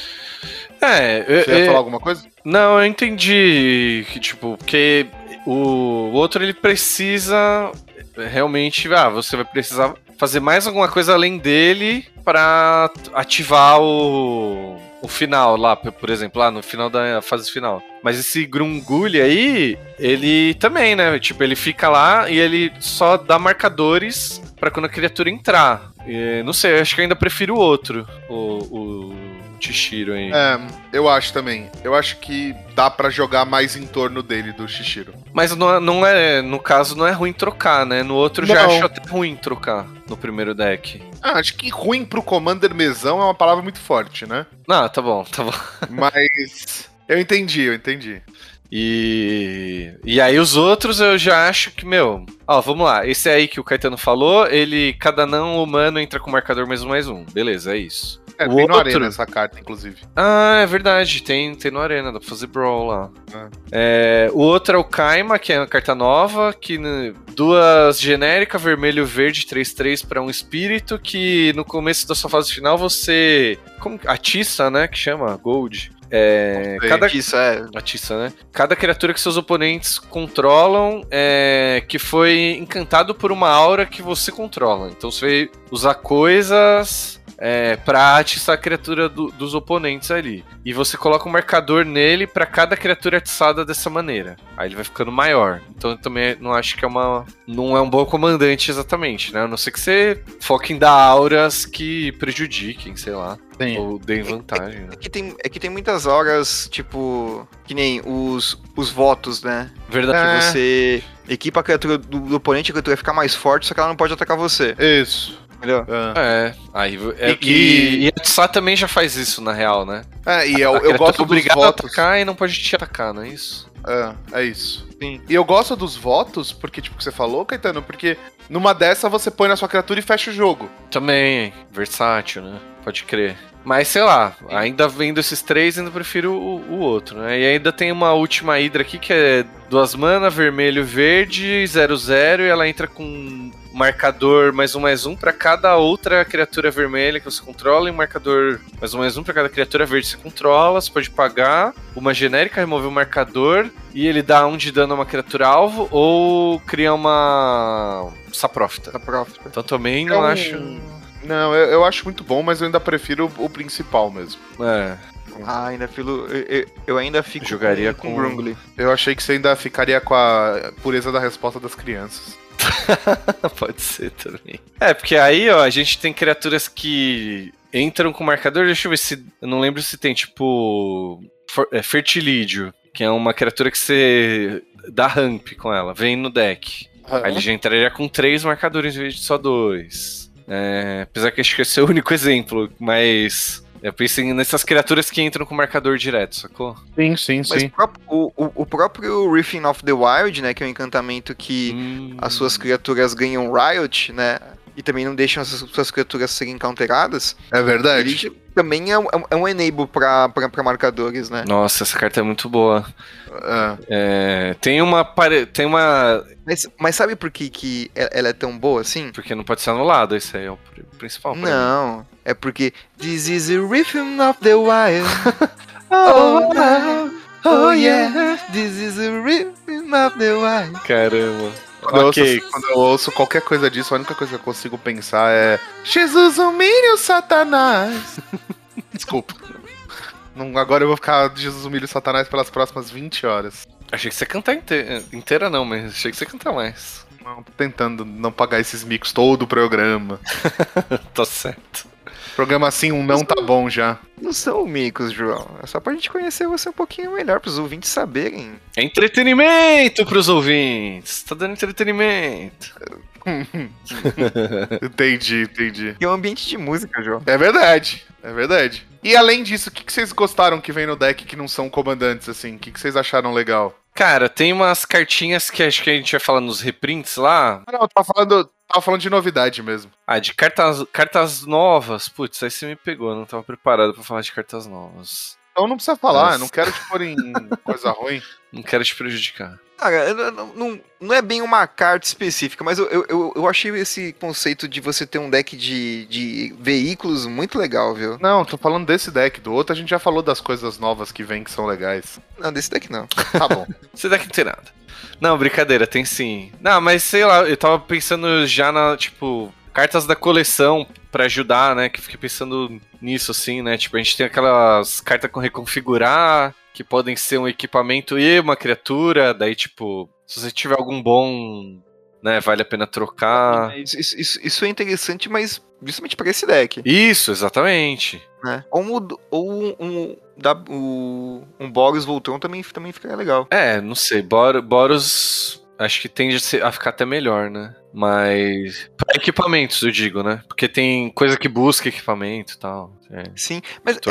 É, Você ia eu- falar alguma coisa? Não, eu entendi que, tipo, porque o outro ele precisa realmente, ah, você vai precisar fazer mais alguma coisa além dele pra ativar o, o final lá, por por exemplo, lá no final da fase final. Mas esse Grungulho aí, ele também, né? Tipo, ele fica lá e ele só dá marcadores pra quando a criatura entrar. E, não sei, eu acho que eu ainda prefiro o outro, o, o Shishiro aí. É, eu acho também. Eu acho que dá pra jogar mais em torno dele, do Shishiro. Mas não é, não é- no caso, não é ruim trocar, né? No outro já Não. acho até ruim trocar no primeiro deck. Ah, acho que ruim pro Commander mesão é uma palavra muito forte, né? Não, tá bom, tá bom. Mas. Eu entendi, eu entendi. E, e aí os outros eu já acho que, meu... Ó, vamos lá. Esse aí que o Caetano falou, ele, cada não humano entra com marcador mais um, mais um. Beleza, é isso. É, o tem outro... no Arena essa carta, inclusive. Ah, é verdade. Tem, tem no Arena, dá pra fazer brawl lá. É. É, o outro é o Kaima, que é uma carta nova, que né, duas genérica, vermelho e verde, três três pra um espírito, que no começo da sua fase final você... Como, atiça, né, que chama? Gold. É, cada atiça, é. atiça, né? Cada criatura que seus oponentes controlam é, que foi encantado por uma aura que você controla. Então você vai usar coisas... É, pra atiçar a criatura do, dos oponentes ali. E você coloca um marcador nele pra cada criatura atiçada dessa maneira. Aí ele vai ficando maior. Então eu também não acho que é uma... Não é um bom comandante exatamente, né? A não ser que você foque em dar auras que prejudiquem, sei lá. Sim. Ou deem vantagem, é, né? é, que tem, é que tem muitas auras, tipo... Que nem os, os votos, né? Verdade. Que você equipa a criatura do, do oponente, a criatura fica mais forte, só que ela não pode atacar você. Isso. Entendeu? É, aí é, e, e, e a Tsá também já faz isso, na real, né? É, e eu, eu gosto dos votos. A atacar e não pode te atacar, não é isso? É, é isso. Sim. E eu gosto dos votos, porque, tipo, que você falou, Caetano, porque numa dessa você põe na sua criatura e fecha o jogo. Também, versátil, né? Pode crer. Mas, sei lá, ainda vendo esses três, ainda prefiro o, o outro, né? E ainda tem uma última Hydra aqui, que é duas mana, vermelho, verde, zero zero, e ela entra com marcador mais um, mais um pra cada outra criatura vermelha que você controla, e um marcador mais um, mais um pra cada criatura verde que você controla. Você pode pagar uma genérica, remover o marcador, e ele dá um de dano a uma criatura alvo, ou cria uma Saprófita. Saprófita. Então também não é um... acho... Não, eu, eu acho muito bom, mas eu ainda prefiro o, o principal mesmo. É. Ah, ainda filo, eu, eu ainda fico Jogaria com, com com Grungly. Eu achei que você ainda ficaria com a pureza da resposta das crianças. Pode ser também. É, porque aí, ó, a gente tem criaturas que entram com marcador. Deixa eu ver se... Eu não lembro se tem, tipo... For, é, Fertilídio, que é uma criatura que você dá ramp com ela. Vem no deck. Uhum. Aí ele já entraria com três marcadores em vez de só dois. É, apesar que acho que esse é o único exemplo, mas eu pensei nessas criaturas que entram com marcador direto, sacou? Sim, sim, mas sim. O, o, o próprio Riffing of the Wild, né, que é um encantamento que hum. as suas criaturas ganham Riot, né, e também não deixam as suas criaturas serem counteradas. É verdade. Ele também é um, é um enable pra, pra, pra marcadores, né? Nossa, essa carta é muito boa. É. É, tem uma... Tem uma... Mas, mas sabe por que, que ela é tão boa assim? Porque não pode ser anulado, isso aí é o principal. Não, mim. É porque This is a rhythm of the wild. oh, oh, oh yeah, this is a rhythm of the wild. Caramba. Quando, okay. eu ouço, quando eu ouço qualquer coisa disso, a única coisa que eu consigo pensar é Jesus humilha o Satanás. Desculpa. Não, agora eu vou ficar de Jesus humilha o Satanás pelas próximas vinte horas. Achei que você ia cantar inteira, inteira não, mas achei que você ia cantar mais. Não, tô tentando não pagar esses micos todo o programa. Tá certo. Programa assim, um não tá bom já. Não são micos, João. É só pra gente conhecer você um pouquinho melhor, pros ouvintes saberem. É entretenimento pros ouvintes. Tá dando entretenimento. Entendi, entendi. É um ambiente de música, João. É verdade, é verdade. E além disso, o que, que vocês gostaram que vem no deck que não são comandantes, assim? O que, que vocês acharam legal? Cara, tem umas cartinhas que acho que a gente vai falar nos reprints lá. Ah, não, eu tava falando, tava falando de novidade mesmo. Ah, de cartas, cartas novas. Putz, aí você me pegou, eu não tava preparado pra falar de cartas novas. Então não precisa falar, Nossa. Não quero te pôr em coisa ruim. Não quero te prejudicar. Cara, não, não, não é bem uma carta específica, mas eu, eu, eu achei esse conceito de você ter um deck de, de veículos muito legal, viu? Não, tô falando desse deck. Do outro a gente já falou das coisas novas que vem que são legais. Não, desse deck não. Tá bom. Esse deck não tem nada. Não, brincadeira, tem sim. Não, mas sei lá, eu tava pensando já na, tipo, cartas da coleção pra ajudar, né? Que eu fiquei pensando nisso, assim, né? Tipo, a gente tem aquelas cartas com reconfigurar, que podem ser um equipamento e uma criatura, daí, tipo, se você tiver algum bom, né, vale a pena trocar. Isso, isso, isso é interessante, mas justamente para esse deck. Isso, exatamente. Né? Ou, um, ou um, um, da, um, um Boros Voltron também, também ficaria legal. É, não sei, Bor, Boros acho que tende a ficar até melhor, né? Mas para equipamentos, eu digo, né? Porque tem coisa que busca equipamento e tal. É. Sim, mas é que,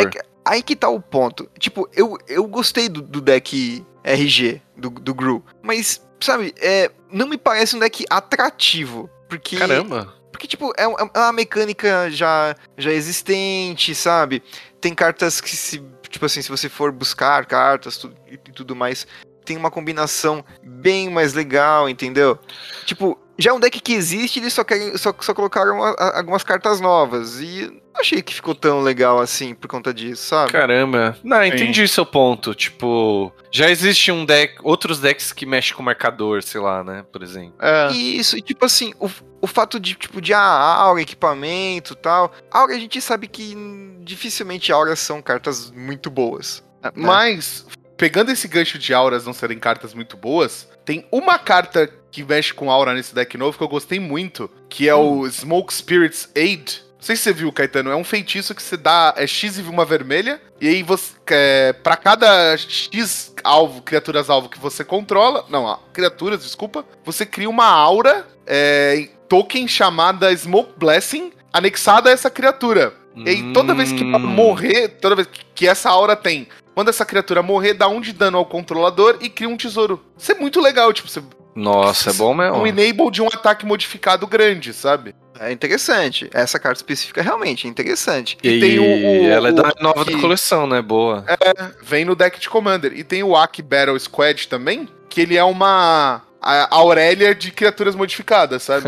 aí que tá o ponto. Tipo, eu, eu gostei do, do deck R G, do, do Gru, mas, sabe, é, não me parece um deck atrativo, porque... Caramba! Porque, tipo, é, é uma mecânica já, já existente, sabe? Tem cartas que, se, tipo assim, se você for buscar cartas tudo, e tudo mais, tem uma combinação bem mais legal, entendeu? Tipo, já é um deck que existe, eles só, querem, só, só colocaram a, a, algumas cartas novas. E não achei que ficou tão legal assim por conta disso, sabe? Caramba. Não, entendi seu ponto. Tipo, já existe um deck, outros decks que mexem com marcador, sei lá, né? Por exemplo. É. Isso, e tipo assim, o, o fato de, tipo, de ah, aura, equipamento e tal. Aura, a gente sabe que dificilmente auras são cartas muito boas. Né? Mas, pegando esse gancho de auras não serem cartas muito boas, tem uma carta que mexe com aura nesse deck novo que eu gostei muito, que é hum. o Smoke Spirit's Aid. Não sei se você viu, Caetano, é um feitiço que você dá é X e uma vermelha, e aí você, é, pra cada X alvo, criaturas-alvo que você controla, não, criaturas, desculpa, você cria uma aura, é, token chamada Smoke Blessing, anexada a essa criatura. Hum. E aí toda vez que ela morrer, toda vez que essa aura tem, quando essa criatura morrer, dá um de dano ao controlador e cria um tesouro. Isso é muito legal, tipo, você... Nossa, é bom mesmo. Um enable de um ataque modificado grande, sabe? É interessante. Essa carta específica realmente é interessante. E, e tem o, o ela é o da nova que, da coleção, né? Boa. É, vem no deck de Commander. E tem o Aki Battle Squad também, que ele é uma a Aurélia de criaturas modificadas, sabe?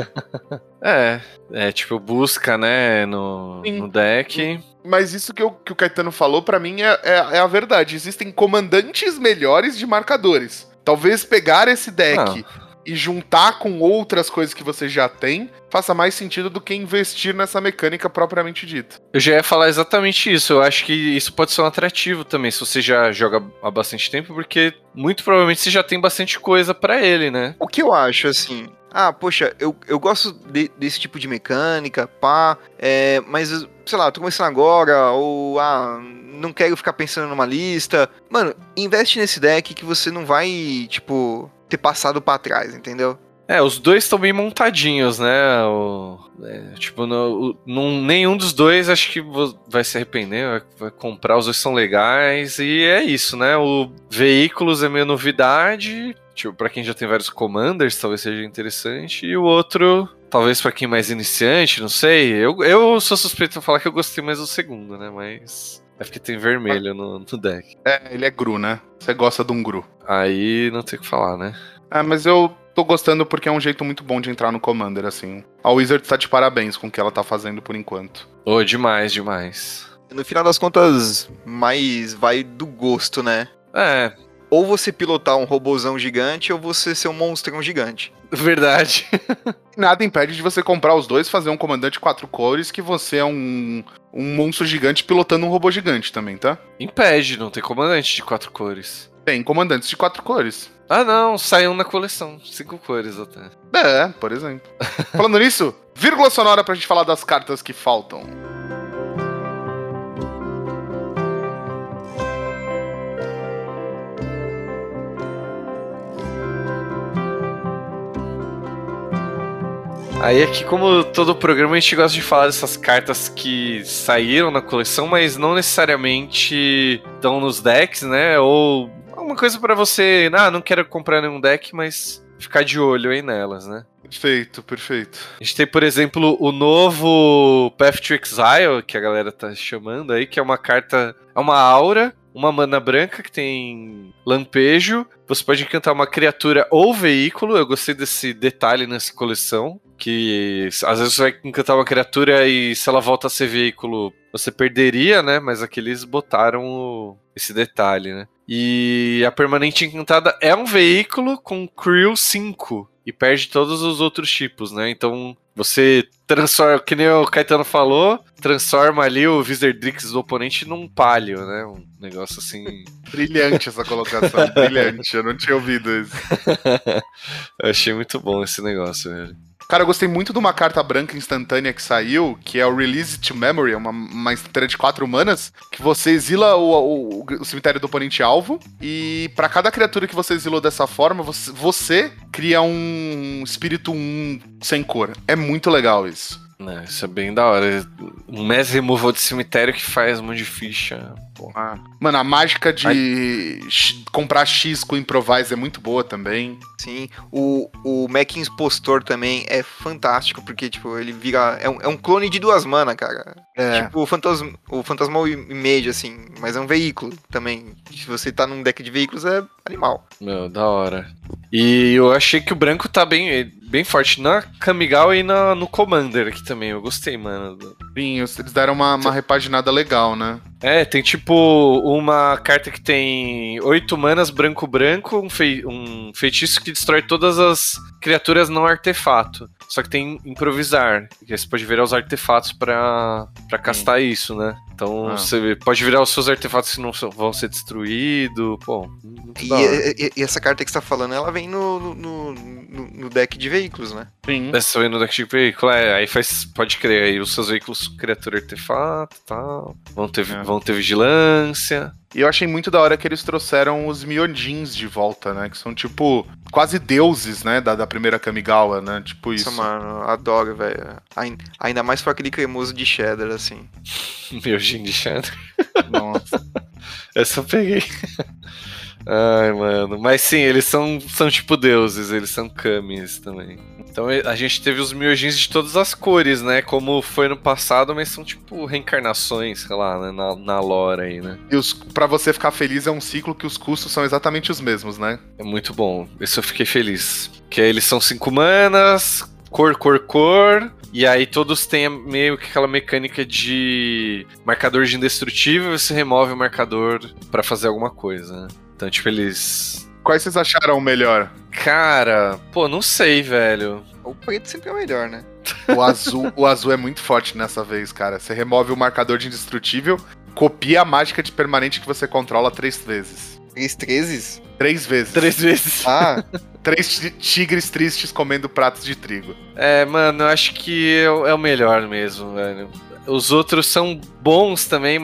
é, é tipo busca, né, no, no deck. Mas isso que, eu, que o Caetano falou, pra mim, é, é, é a verdade. Existem comandantes melhores de marcadores. Talvez pegar esse deck ah. e juntar com outras coisas que você já tem faça mais sentido do que investir nessa mecânica propriamente dita. Eu já ia falar exatamente isso. Eu acho que isso pode ser um atrativo também, se você já joga há bastante tempo, porque muito provavelmente você já tem bastante coisa pra ele, né? O que eu acho, assim... Ah, poxa, eu, eu gosto de, desse tipo de mecânica, pá, é, mas, sei lá, tô começando agora, ou, ah, não quero ficar pensando numa lista. Mano, investe nesse deck que você não vai, tipo, ter passado pra trás, entendeu? É, os dois estão bem montadinhos, né? O, é, tipo, no, o, num, nenhum dos dois acho que vai se arrepender, vai, vai comprar, os dois são legais, e é isso, né? O Veículos é meio novidade... Tipo, pra quem já tem vários Commanders, talvez seja interessante. E o outro, talvez pra quem é mais iniciante, não sei. Eu, eu sou suspeito de falar que eu gostei mais do segundo, né? Mas é porque tem vermelho no, no deck. É, ele é Gru, né? Você gosta de um Gru. Aí não tem o que falar, né? É, mas eu tô gostando porque é um jeito muito bom de entrar no Commander, assim. A Wizard tá de parabéns com o que ela tá fazendo por enquanto. Oh, demais, demais. No final das contas, mais vai do gosto, né? É... Ou você pilotar um robozão gigante, ou você ser um monstrão gigante. Verdade. Nada impede de você comprar os dois, fazer um comandante quatro cores, que você é um, um monstro gigante pilotando um robô gigante também, tá? Impede, não tem comandante de quatro cores. Tem comandantes de quatro cores. Ah não, saiu na coleção, cinco cores até. É, por exemplo. Falando nisso, vírgula sonora pra gente falar das cartas que faltam. Aí aqui, como todo o programa, a gente gosta de falar dessas cartas que saíram na coleção, mas não necessariamente estão nos decks, né? Ou alguma coisa pra você, ah, não quero comprar nenhum deck, mas ficar de olho aí nelas, né? Perfeito, perfeito. A gente tem, por exemplo, o novo Path to Exile, que a galera tá chamando aí, que é uma carta, é uma aura, uma mana branca que tem lampejo. Você pode encantar uma criatura ou veículo. Eu gostei desse detalhe nessa coleção, que às vezes você vai encantar uma criatura e se ela volta a ser veículo, você perderia, né? Mas aqui eles botaram o, esse detalhe, né? E a permanente encantada é um veículo com Crew cinco e perde todos os outros tipos, né? Então você transforma, que nem o Caetano falou, transforma ali o Wizardrix do oponente num palio, né? Um negócio assim... Brilhante essa colocação, brilhante. Eu não tinha ouvido isso. Eu achei muito bom esse negócio, velho. Cara, eu gostei muito de uma carta branca instantânea que saiu, que é o Release to Memory, uma, uma instantânea de quatro manas, que você exila o, o, o cemitério do oponente alvo, e pra cada criatura que você exilou dessa forma, você, você cria um espírito um sem cor. É muito legal isso. É, isso é bem da hora. Um Mass Removal de cemitério que faz um monte de ficha. Pô. Ah. Mano, a mágica de x- comprar X com Improvise é muito boa também. Sim, o, o Mech Impostor também é fantástico, porque, tipo, ele vira... É um, é um clone de duas mana, cara. É. Tipo o, fantasma, o Phantasmal Image, assim, mas é um veículo também. Se você tá num deck de veículos, é animal. Meu, da hora. E eu achei que o branco tá bem, bem forte na Kamigawa e na, no Commander aqui também. Eu gostei, mano. Sim, eles deram uma, uma repaginada legal, né? É, tem tipo uma carta que tem oito manas, branco-branco, um, fei um feitiço que destrói todas as criaturas não artefato. Só que tem improvisar, que você pode virar os artefatos pra, pra castar isso, né? Então Ah. você pode virar os seus artefatos que não são- vão ser destruídos. Pô, muito E, da hora. e- e essa carta que você tá falando, ela vem no, no, no, no deck de veículos, né? Sim. Essa vem no deck de veículo, é, aí faz, pode crer, aí os seus veículos criatura artefato e tal, vão ter, É. vão ter vigilância. E eu achei muito da hora que eles trouxeram os Myojins de volta, né? Que são, tipo, quase deuses, né? Da, da primeira Kamigawa, né? Tipo isso. Nossa, mano, adoro, velho. Ain- Ainda mais com aquele cremoso de cheddar, assim. Meu gin de Shadow. Nossa. Essa eu peguei. Ai, mano. Mas sim, eles são, são tipo deuses, eles são kamis também. Então a gente teve os miojins de todas as cores, né? Como foi no passado, mas são tipo reencarnações, sei lá, né? Na, na lore aí, né? E os, pra você ficar feliz é um ciclo que os custos são exatamente os mesmos, né? É muito bom. Isso eu fiquei feliz. Que aí eles são cinco manas, cor, cor, cor. E aí todos têm meio que aquela mecânica de marcador de indestrutível, você remove o marcador pra fazer alguma coisa, né? Então, tipo, eles... Quais vocês acharam o melhor? Cara, pô, não sei, velho. O preto sempre é o melhor, né? O azul, o azul é muito forte nessa vez, cara. Você remove o marcador de indestrutível, copia a mágica de permanente que você controla três vezes. Três trezes? Três vezes. Três vezes. Ah, Três ti- tigres tristes comendo pratos de trigo. É, mano, eu acho que é, o- é o melhor mesmo, velho. Os outros são bons também,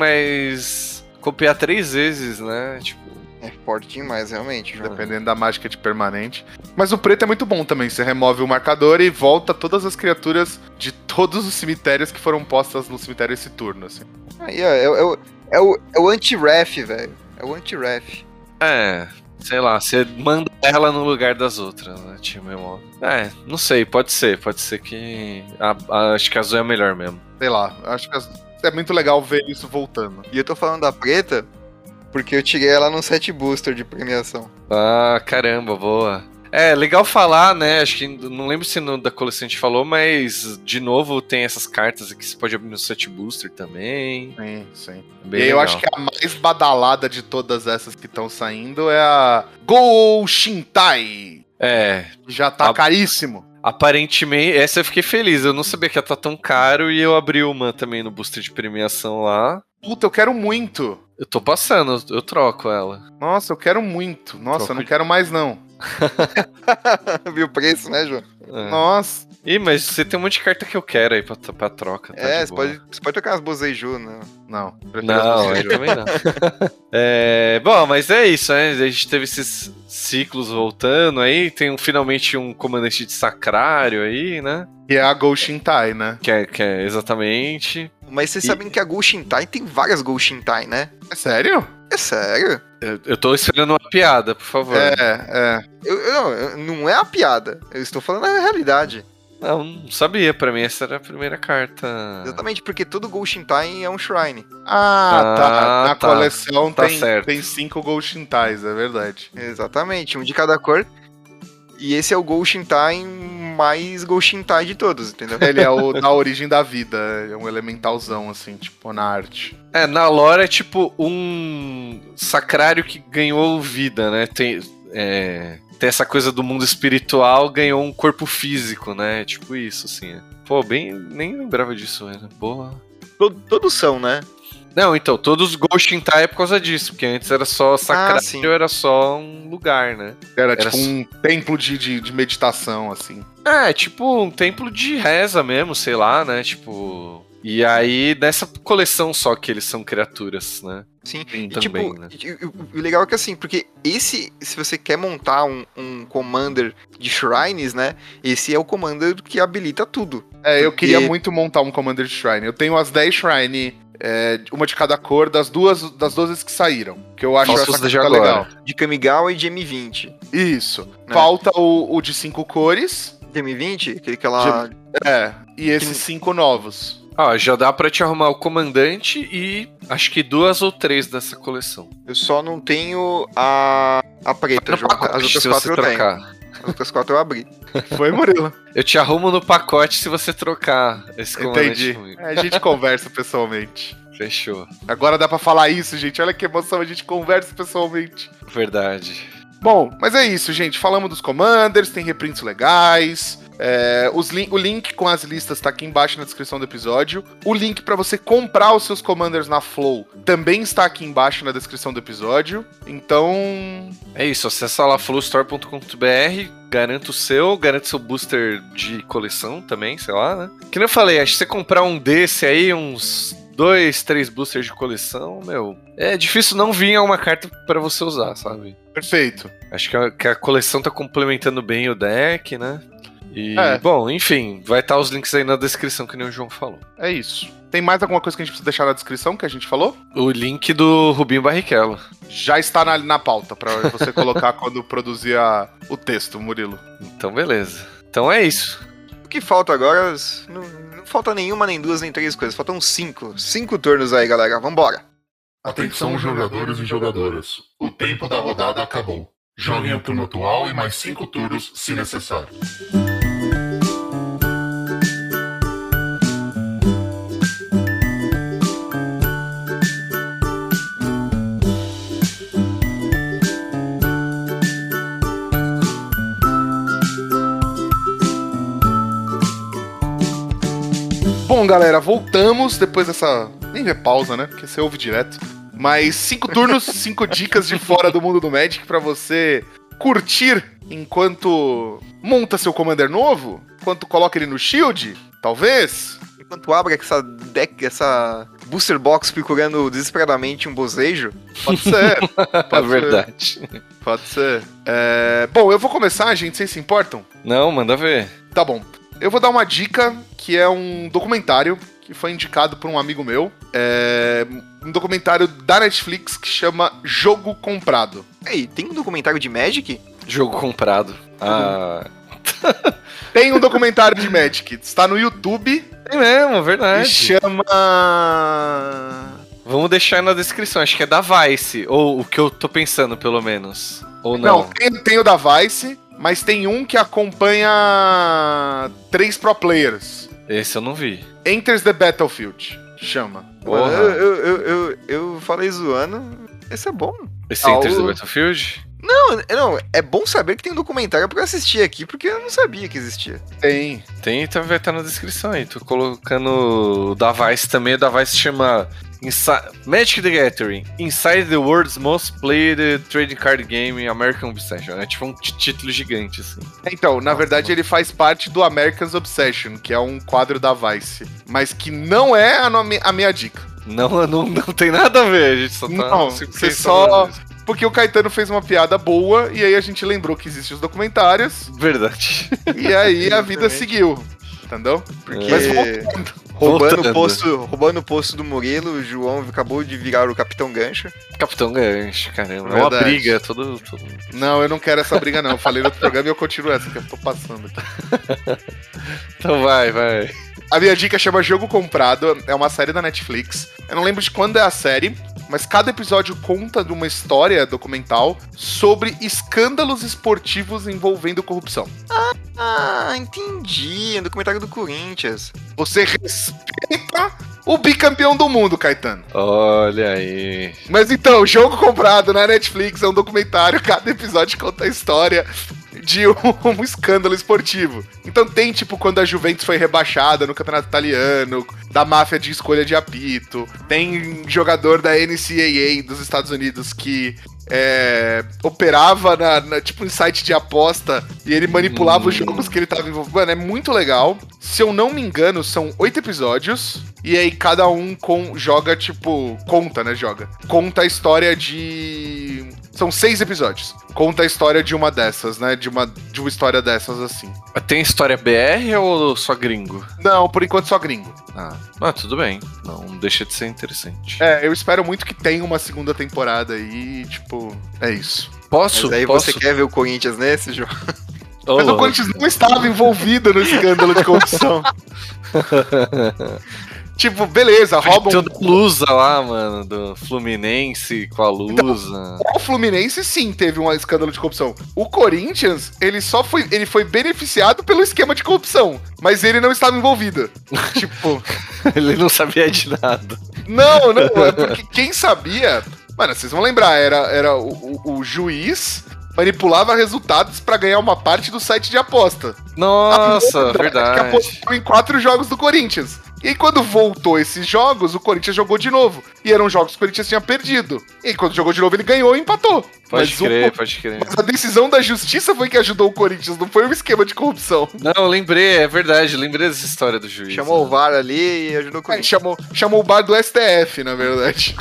mas copiar três vezes, né? Tipo, é forte demais, realmente, João. Dependendo da mágica de permanente. Mas o preto é muito bom também. Você remove o marcador e volta todas as criaturas de todos os cemitérios que foram postas no cemitério esse turno, assim. Aí, ó, é, o- é o, é o, é o anti-ref, velho. É o anti-ref. é, sei lá, você manda ela no lugar das outras, né? Tipo, meu modo. É, não sei, pode ser, pode ser que. a- a- acho que a azul é a melhor mesmo. Sei lá, acho que as- é muito legal ver isso voltando. E eu tô falando da preta porque eu tirei ela num set booster de premiação. Ah, caramba, boa. É, legal falar, né? Acho que não lembro se no da coleção a gente falou, mas de novo tem essas cartas aqui que você pode abrir no set booster também. Sim, sim. Bem e aí eu legal. acho que a mais badalada de todas essas que estão saindo é a Go Shintai. É, Que já tá A- caríssimo. aparentemente, essa eu fiquei feliz. Eu não sabia que ia estar tão caro e eu abri uma também no booster de premiação lá. Puta, eu quero muito. Eu tô passando, eu troco ela. Nossa, eu quero muito. Nossa, Troco eu não de- quero mais não. Viu o preço, né, João? É. Nossa. Ih, mas você tem um monte de carta que eu quero aí pra, pra troca. Tá é, de você boa. pode, você pode tocar umas Bozeiju, né? Não. prefiro Não, as aí Bozeiju. também não. É, bom, mas é isso, né? A gente teve esses ciclos voltando aí. Tem um- finalmente um comandante de sacrário aí, né? Que é a Go Shintai, né? Que é, que é exatamente. Mas vocês E- sabem que a Gol Shintai tem várias Gol Shintai, né? É sério? É sério? Eu, eu tô esperando uma piada, por favor. É, é. Eu, eu- não, eu- não é a piada. Eu estou falando a realidade. Não, não sabia. Pra mim, essa era a primeira carta. Exatamente, porque todo Gol Shintai é um Shrine. Ah, tá. Ah, Na tá. coleção Tá tem, certo. tem cinco Go Shintais, é verdade. Exatamente, um de cada cor. E esse é o Gol Shintai mais Gol Shintai de todos, entendeu? Ele é o da origem da vida, é um elementalzão, assim, tipo, na arte. É, na lore é tipo um sacrário que ganhou vida, né? Tem, é, tem essa coisa do mundo espiritual, ganhou um corpo físico, né? Tipo isso, assim. Pô, bem, nem lembrava disso, velho. Boa. Todo- Todos são, né? Não, então, todos os Ghost Shintai é por causa disso, porque antes era só sacrário, sim. era só um lugar, né? Era, Era tipo s- um templo de, de, de meditação, assim. É, tipo um templo de reza mesmo, sei lá, né? Tipo, E aí, nessa coleção só que eles são criaturas, né? Sim, Tem e também, tipo, né? e- e- o legal é que assim, porque esse, se você quer montar um, um Commander de Shrines, né, esse é o Commander que habilita tudo. É, eu Porque- queria muito montar um Commander de Shrine. Eu tenho as dez Shrine, é, uma de cada cor, das duas, das doze que saíram. Que eu acho Falta os essa de carta agora. legal. De Kamigawa e de M vinte. Isso. É. Falta o, o de cinco cores, De M vinte, aquele que ela... é, e esses cinco novos. Ó, já dá pra te arrumar o comandante e acho que duas ou três dessa coleção. Eu só não tenho a, a preta, No João. pacote, As outras se quatro você eu tenho. trocar. As outras quatro eu abri. Foi, Murilo? Eu te arrumo no pacote se você trocar esse comandante Entendi. comigo. É, a gente conversa pessoalmente. Fechou. Agora dá pra falar isso, gente. Olha que emoção, a gente conversa pessoalmente. Verdade. Bom, mas é isso, gente. Falamos dos Commanders, tem reprints legais. É, os lin- o link com as listas tá aqui embaixo na descrição do episódio. O link pra você comprar os seus Commanders na Flow também está aqui embaixo na descrição do episódio. Então, É isso, acessa lá flowstore ponto com ponto b r, garanta o seu, garanta seu booster de coleção também, sei lá, né? Que nem eu falei, acho que você comprar um desse aí, uns dois, três boosters de coleção, meu, é difícil não vir uma carta pra você usar, sabe? perfeito. Acho que a, que a coleção tá complementando bem o deck, né? E, É. bom, enfim, vai estar os links aí na descrição, que nem o João falou. É isso. Tem mais alguma coisa que a gente precisa deixar na descrição que a gente falou? O link do Rubinho Barrichello. Já está na, na pauta pra você colocar quando produzir a- o texto, Murilo. Então, beleza. Então é isso. O que falta agora, não, não falta nenhuma, nem duas, nem três coisas. Faltam cinco. Cinco turnos aí, galera. Vambora. Atenção, jogadores e jogadoras. O tempo da rodada acabou. Joguem o turno atual e mais cinco turnos, se necessário. Bom, galera, voltamos depois dessa. Nem é pausa, né? Porque você ouve direto. Mas cinco turnos, cinco dicas de fora do mundo do Magic pra você curtir enquanto monta seu Commander novo, enquanto coloca ele no Shield, talvez. Enquanto abre essa deck, essa booster box procurando desesperadamente um bozejo. Pode ser. É Pode ser. verdade. Pode ser. É, Bom, eu vou começar, gente, vocês se importam? Não, manda ver. Tá bom. Eu vou dar uma dica que é um documentário que foi indicado por um amigo meu. É um documentário da Netflix que chama Jogo Comprado. Ei, tem um documentário de Magic? Jogo comprado. Ah. Tem um documentário de Magic, está no YouTube É mesmo, e verdade. chama... Vamos deixar na descrição, acho que é da Vice. Ou o que eu tô pensando, pelo menos. Ou Não, não. tem, tem o da Vice, mas tem um que acompanha três pro players. Esse eu não vi. Enters the Battlefield, chama. Porra. Mano, eu, eu, eu, eu falei zoando. Esse é bom. Esse Ah, Enters o- the Battlefield? Não, não, é bom saber que tem um documentário pra eu assistir aqui, porque eu não sabia que existia. Tem. Tem, então vai estar na descrição aí. Tô colocando o da Vice também. O da Vice chama Insi- Magic the Gathering Inside the World's Most Played Trading Card Game American Obsession. É tipo um t- título gigante, assim. Então, na Nossa, verdade, mano. ele faz parte do American's Obsession, que é um quadro da Vice. Mas que não é a, nome- a minha dica. Não, não, não tem nada a ver, a gente só tá. Não, se você pensando só- nisso. Porque o Caetano fez uma piada boa, e aí a gente lembrou que existem os documentários, Verdade. e aí a vida Exatamente. seguiu. Entendeu? Porque Mas voltando. roubando Voltando. o, posto, roubando o posto do Murilo, o João acabou de virar o Capitão Gancho. Capitão Gancho, caramba. É uma Verdade. briga, todo. todo... Não, eu não quero essa briga, não. Eu falei no outro programa e eu continuo essa que eu tô passando aqui. Então vai, vai. A minha dica chama Jogo Comprado, é uma série da Netflix. Eu não lembro de quando é a série, mas cada episódio conta de uma história documental sobre escândalos esportivos envolvendo corrupção. Ah, entendi. É um documentário do Corinthians. Você respeita o bicampeão do mundo, Caetano. Olha aí. Mas então, Jogo Comprado na Netflix é um documentário, cada episódio conta a história de um, um escândalo esportivo. Então tem, tipo, quando a Juventus foi rebaixada no campeonato italiano, da máfia de escolha de apito. Tem jogador da N C A A dos Estados Unidos que é, operava na, na, tipo, em site de aposta e ele manipulava hum. os jogos que ele tava envolvido. Mano, é muito legal. Se eu não me engano, são oito episódios. E aí cada um com, joga, tipo, conta, né? Joga. Conta a história de... São seis episódios. Conta a história de uma dessas, né? De uma, de uma história dessas, assim. Tem história B R ou só gringo? Não, por enquanto só gringo. Ah, ah, tudo bem. Não deixa de ser interessante. É, eu espero muito que tenha uma segunda temporada aí, tipo, é isso. Posso? Mas aí Posso? você quer ver o Corinthians nesse, João? Oh, Mas o Corinthians não estava envolvido no escândalo de corrupção. Tipo, beleza, roubam... Tem toda a Lusa lá, mano, do Fluminense com a Lusa. O Fluminense, sim, teve um escândalo de corrupção. O Corinthians, ele só foi... Ele foi beneficiado pelo esquema de corrupção. Mas ele não estava envolvido. Tipo... Ele não sabia de nada. Não, não, é porque quem sabia... Mano, vocês vão lembrar, era, era o, o, o juiz... manipulava resultados pra ganhar uma parte do site de aposta. Nossa, verdade. Que apostou em quatro jogos do Corinthians. E aí, quando voltou esses jogos, o Corinthians jogou de novo. E eram jogos que o Corinthians tinha perdido. E aí, quando jogou de novo, ele ganhou e empatou. Pode mas crer, o... pode crer. Mas a decisão da justiça foi que ajudou o Corinthians, não foi um esquema de corrupção. Não, lembrei, é verdade, lembrei dessa história do juiz. Chamou né? o V A R ali e ajudou o Aí, Corinthians. chamou, chamou o bar do S T F, na verdade.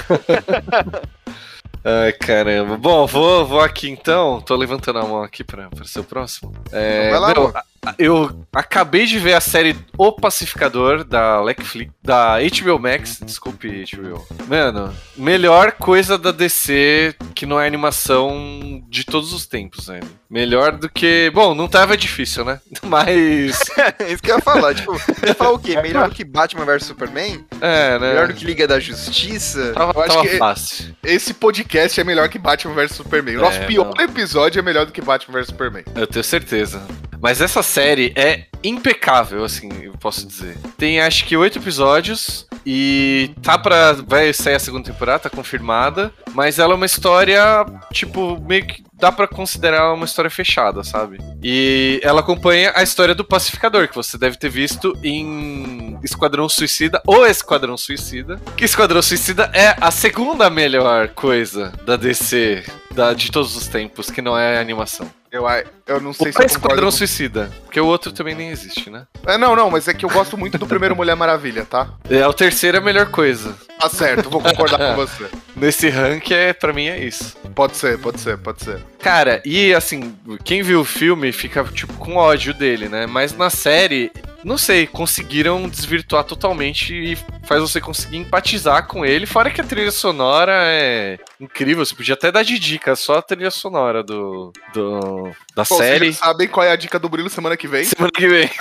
Ai, caramba. Bom, vou, vou aqui então. Tô levantando a mão aqui pra, pra ser o próximo. É, Vai lá, meu, amor. a- eu acabei de ver a série O Pacificador da Netflix, da H B O Max. Desculpe, H B O. Mano, melhor coisa da D C que não é animação de todos os tempos, velho. Melhor do que... Bom, não tava difícil, né? Mas... Isso que eu ia falar. Tipo, você ia falar o quê? Melhor do que Batman versus Superman? É, né? Melhor do que Liga da Justiça? Tava, Eu acho tava que- fácil. Esse podcast é melhor que Batman versus Superman. O nosso É, pior não. episódio é melhor do que Batman versus Superman. Eu tenho certeza. Mas essa série é impecável, assim, eu posso dizer. Tem acho que oito episódios e tá pra. Vai sair a segunda temporada, tá confirmada. Mas ela é uma história, tipo, meio que dá pra considerar uma história fechada, sabe? E ela acompanha a história do Pacificador, que você deve ter visto em Esquadrão Suicida ou Esquadrão Suicida. Que Esquadrão Suicida é a segunda melhor coisa da D C da, de todos os tempos, que não é animação. Eu, eu não O sei se eu concordo Esquadrão com... Suicida, porque o outro também nem existe, né? É, não, não, mas é que eu gosto muito do primeiro Mulher Maravilha, tá? É, o terceiro é a melhor coisa. Tá certo, vou concordar com você. Nesse rank, é, pra mim, é isso. Pode ser, pode ser, pode ser. Cara, e assim, quem viu o filme fica, tipo, com ódio dele, né? Mas na série, não sei, conseguiram desvirtuar totalmente e faz você conseguir empatizar com ele. Fora que a trilha sonora é incrível, você podia até dar de dica, só a trilha sonora do, do da Pô, série. vocês já sabem qual é a dica do Brilo semana que vem? Semana que vem.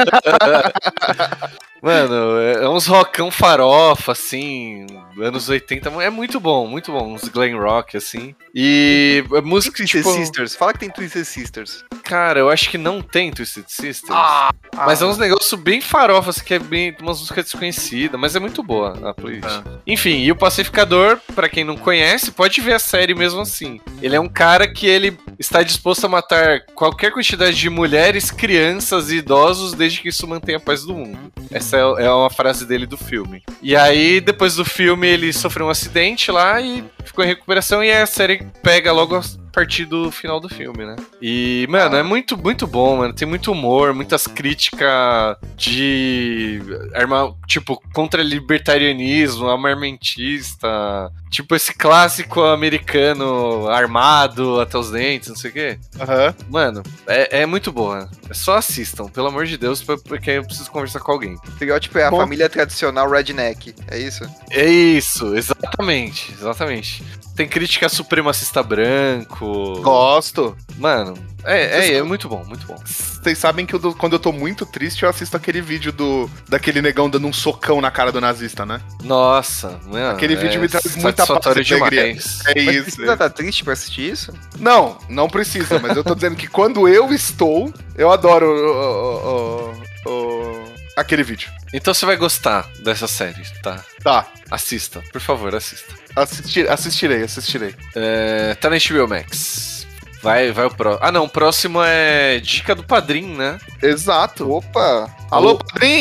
Mano, é uns rockão farofa, assim, anos oitenta, é muito bom, muito bom, uns glam rock, assim. E a música, Twisted tipo, Sisters. Fala que tem Twisted Sisters. cara, eu acho que não tem Twisted Sisters. Ah, Mas é uns negócios bem farofa, assim, que é bem umas músicas desconhecidas, mas é muito boa a playlist. Ah. Enfim, e o Pacificador, pra quem não conhece, pode ver a série mesmo assim. Ele é um cara que ele está disposto a matar qualquer quantidade de mulheres, crianças e idosos, desde que isso mantenha a paz do mundo. Essa é é uma frase dele do filme. E aí, depois do filme, ele sofreu um acidente lá e ficou em recuperação, e a série pega logo a partir do final do filme, né? E, mano, é muito, muito bom, mano. Tem muito humor, muitas críticas de arma, tipo, contra libertarianismo, armamentista, tipo esse clássico americano armado até os dentes, não sei o quê. Aham. Mano, é, é muito boa. É só assistam, pelo amor de Deus, porque eu preciso conversar com alguém. O estereótipo é a Bom. família tradicional redneck. É isso? É isso, exatamente, exatamente. Tem crítica supremacista branco. Gosto. Mano, é, é, é muito bom, muito bom. Vocês sabem que eu dou- quando eu tô muito triste, eu assisto aquele vídeo do daquele negão dando um socão na cara do nazista, né? Nossa, mano. Aquele vídeo me traz muita satisfatório paz e alegria. demais. É Mas isso. precisa estar triste pra assistir isso? Não, não precisa, mas eu tô dizendo que quando eu estou, eu adoro o- o- o- o- aquele vídeo. Então você vai gostar dessa série, tá? Tá, Assista, por favor, assista. assistir, assistirei, assistirei. É, tá na H B O Max. Vai, vai o próximo. Ah, não, o próximo é Dica do Padrim, né? Exato. Opa! Alô, O- padrinho!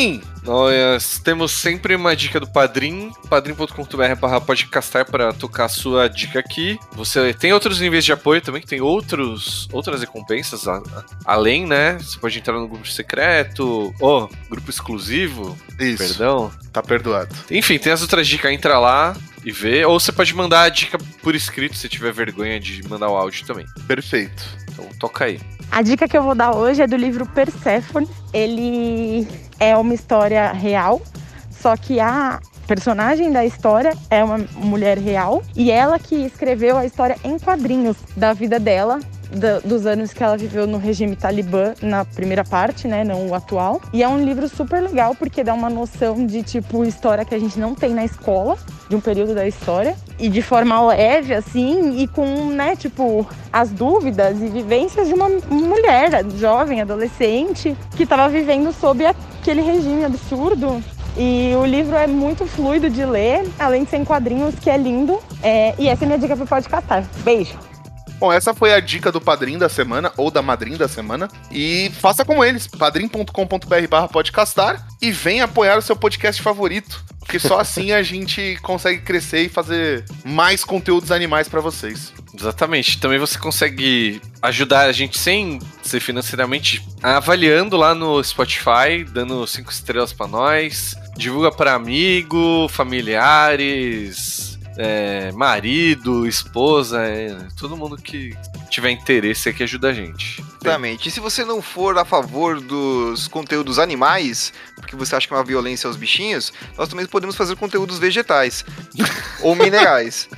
Nós temos sempre uma dica do Padrim, padrim ponto com ponto b r barra podcastar para tocar a sua dica aqui. Você tem outros níveis de apoio também, que tem outros, outras recompensas a, a, além, né? Você pode entrar no grupo secreto, ou oh, grupo exclusivo, Isso. Perdão. Tá perdoado. Enfim, tem as outras dicas, entra lá e vê, ou você pode mandar a dica por escrito se tiver vergonha de mandar o áudio também. Perfeito. Então toca aí. A dica que eu vou dar hoje é do livro Perséfone. Ele é uma história real, só que a personagem da história é uma mulher real e ela que escreveu a história em quadrinhos da vida dela, da, dos anos que ela viveu no regime talibã na primeira parte, né, não o atual. E é um livro super legal porque dá uma noção de tipo história que a gente não tem na escola, de um período da história, e de forma leve, assim, e com, né, tipo, as dúvidas e vivências de uma mulher jovem, adolescente, que estava vivendo sob aquele regime absurdo. E o livro é muito fluido de ler, além de ser em quadrinhos, que é lindo. É, e essa é a minha dica pro Podcastar. Beijo! Bom, essa foi a dica do padrinho da semana, ou da madrinha da semana. E faça como eles, padrim ponto com ponto b r barra podcastar, e venha apoiar o seu podcast favorito. Porque só assim a gente consegue crescer e fazer mais conteúdos animais pra vocês. Exatamente. Também você consegue ajudar a gente sem ser financeiramente avaliando lá no Spotify, dando cinco estrelas pra nós. Divulga pra amigo, familiares... É, marido, esposa, é, todo mundo que tiver interesse aqui ajuda a gente. Exatamente. E se você não for a favor dos conteúdos animais, porque você acha que é uma violência aos bichinhos, nós também podemos fazer conteúdos vegetais ou minerais.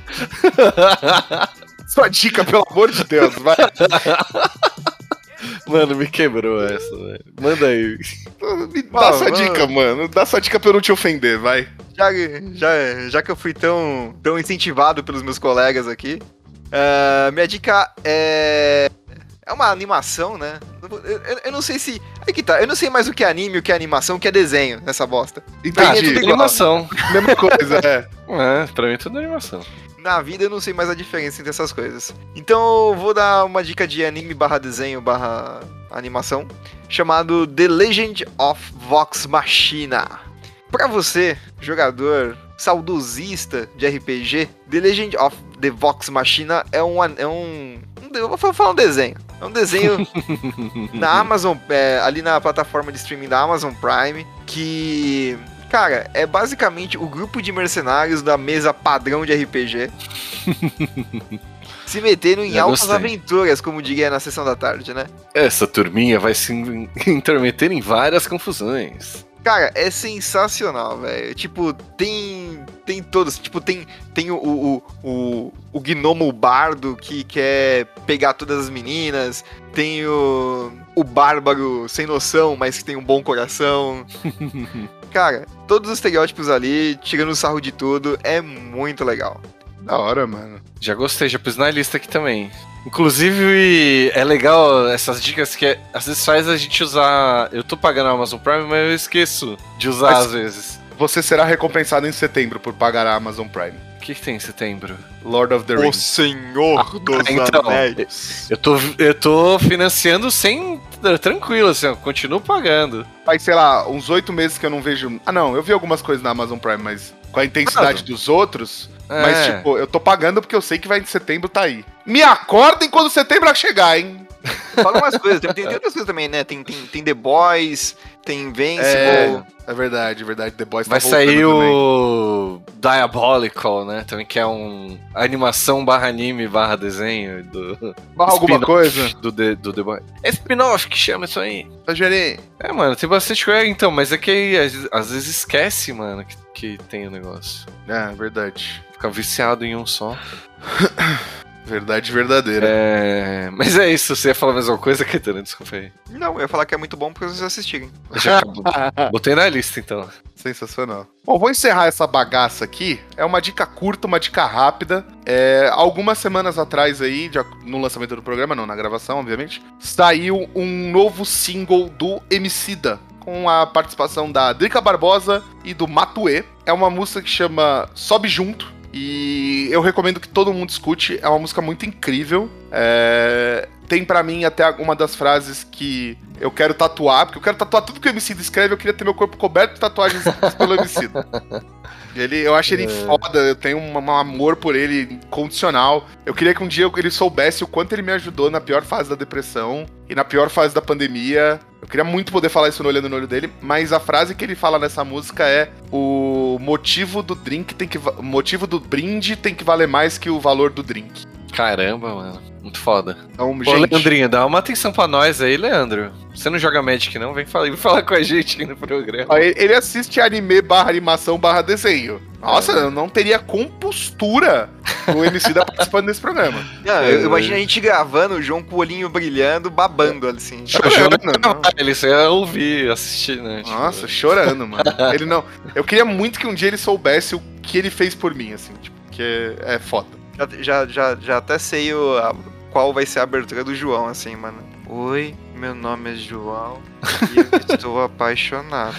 Sua dica, pelo amor de Deus, vai. Mano, me quebrou essa, velho. Manda aí. Dá Ah, sua mano. dica, mano. Dá sua dica pra eu não te ofender, vai. Já, já, já que eu fui tão, tão incentivado pelos meus colegas aqui, uh, minha dica é... é uma animação, né? Eu, eu, eu não sei se... Aí que tá, eu não sei mais o que é anime, o que é animação, o que é desenho nessa bosta. Pra mim é tudo Entendi. igual. Animação. Mesma coisa, é. É, pra mim é tudo animação. Na vida eu não sei mais a diferença entre essas coisas. Então eu vou dar uma dica de anime barra desenho barra animação, chamado The Legend of Vox Machina. Pra você, jogador saudosista de R P G, The Legend of the Vox Machina é um... É um eu vou falar um desenho. É um desenho na Amazon, é, ali na plataforma de streaming da Amazon Prime, que... Cara, é basicamente o grupo de mercenários da mesa padrão de R P G se metendo em Já altas gostei. aventuras, como diria na sessão da tarde, né? Essa turminha vai se intrometer em várias confusões. Cara, é sensacional, velho. Tipo, tem tem todos. Tipo, tem, tem o, o, o, o gnomo bardo que quer pegar todas as meninas. Tem o, o bárbaro sem noção, mas que tem um bom coração. Cara, todos os estereótipos ali, tirando o sarro de tudo, é muito legal. Da hora, mano. Já gostei, já pus na lista aqui também. Inclusive, é legal essas dicas que é, às vezes faz a gente usar... Eu tô pagando a Amazon Prime, mas eu esqueço de usar Mas- às vezes. Você será recompensado em setembro por pagar a Amazon Prime. O que, que tem em setembro? Lord of the O Rings. Senhor dos então, Anéis. Eu tô, eu tô financiando sem... Tranquilo, assim, eu continuo pagando. Faz, sei lá, uns oito meses que eu não vejo... Ah, não, eu vi algumas coisas na Amazon Prime, mas com a intensidade dos outros... É. Mas, tipo, eu tô pagando porque eu sei que vai em setembro tá aí. Me acordem quando setembro chegar, hein? Fala umas coisas, tem, tem outras coisas também, né? Tem, tem, tem The Boys, tem Invincible. É, é verdade, é verdade. The Boys tá Vai voltando sair também. o Diabolical, né? Também que é um animação barra anime barra desenho do Barra alguma spin-off coisa? do The, do The Boy. É spin-off que chama isso aí. Exagerei. É, mano, tem bastante coisa. Então, mas é que às, às vezes esquece, mano, que, que tem o negócio. É, verdade. Fica viciado em um só. Verdade verdadeira. É... Mas é isso, você ia falar mais alguma coisa, Caetano? Desculpa aí. Não, eu ia falar que é muito bom porque vocês assistirem. Já acabou. Botei na lista, então. Sensacional. Bom, vou encerrar essa bagaça aqui. É uma dica curta, uma dica rápida. É, algumas semanas atrás aí, já no lançamento do programa, não, na gravação, obviamente, saiu um novo single do Emicida, com a participação da Drica Barbosa e do Matuê. É uma música que chama Sobe Junto. E eu recomendo que todo mundo escute. É uma música muito incrível. É... tem pra mim até uma das frases que eu quero tatuar, porque eu quero tatuar tudo que o Emicida escreve, eu queria ter meu corpo coberto de tatuagens pelo Emicida. Ele, eu acho ele é. foda, eu tenho um, um amor por ele incondicional. Eu queria que um dia ele soubesse o quanto ele me ajudou na pior fase da depressão e na pior fase da pandemia. Eu queria muito poder falar isso no olhando no olho dele, mas a frase que ele fala nessa música é: o motivo do drink tem que o motivo do brinde tem que valer mais que o valor do drink. Caramba, mano. Muito foda. Então, Ô, gente... Leandrinho, dá uma atenção pra nós aí, Leandro. Você não joga Magic, não? Vem falar, vem falar com a gente aqui no programa. Ele assiste anime barra animação barra desenho. Nossa, é. eu não teria compostura o Emicida participando desse programa. Não, eu imagino a gente gravando, o João com o olhinho brilhando, babando assim. Chorando, não. Ele só ia ouvir, assistir, né? Nossa, tipo... chorando, mano. Ele não... Eu queria muito que um dia ele soubesse o que ele fez por mim, assim, tipo, porque é foda. Já, já, já até sei o, a, qual vai ser a abertura do João, assim, mano. Oi, meu nome é João e eu estou apaixonado.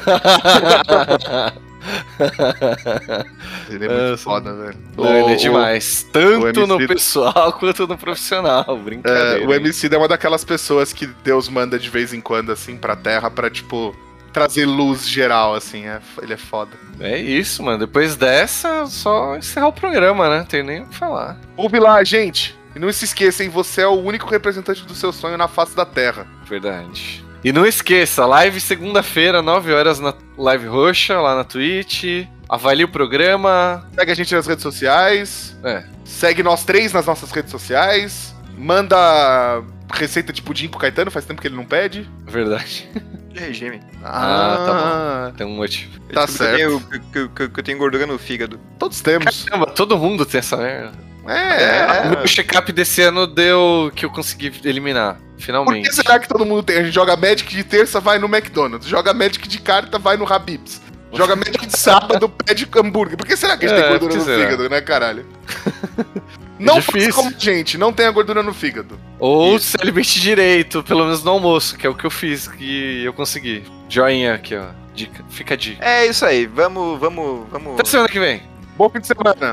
Ele é muito foda, velho. Não, ele é demais. O, Tanto o no pessoal quanto no profissional. Brincadeira. É, o Emicida é uma daquelas pessoas que Deus manda de vez em quando, assim, pra terra pra, tipo... trazer luz geral, assim, é, ele é foda. É isso, mano. Depois dessa, só encerrar o programa, né? Não tem nem o que falar. Ouve lá, gente. E não se esqueça, hein? Você é o único representante do seu sonho na face da Terra. Verdade. E não esqueça, live segunda-feira, nove horas na Live Roxa, lá na Twitch. Avalie o programa. Segue a gente nas redes sociais. É. Segue nós três nas nossas redes sociais. Manda receita de pudim pro Caetano, faz tempo que ele não pede. Verdade. De regime. Ah, ah, tá bom. Tem um motivo. Tá certo. Eu, que, que, que eu tenho gordura no fígado. Todos temos. Caramba, todo mundo tem essa merda. É, é. O meu check-up desse ano deu que eu consegui eliminar. Finalmente. Por que será que todo mundo tem? A gente joga Magic de terça, vai no McDonald's. Joga Magic de quarta, vai no Habib's. Joga Magic de sábado, pede hambúrguer. Por que será que a gente é, tem gordura no será? fígado, né, caralho? Não é faça como gente, não tenha gordura no fígado. Ou Isso. se alimente direito, pelo menos no almoço, que é o que eu fiz, que eu consegui. Joinha aqui, ó. Dica. Fica a dica. É isso aí, vamos, vamos, vamos. Até semana que vem. Bom fim de semana.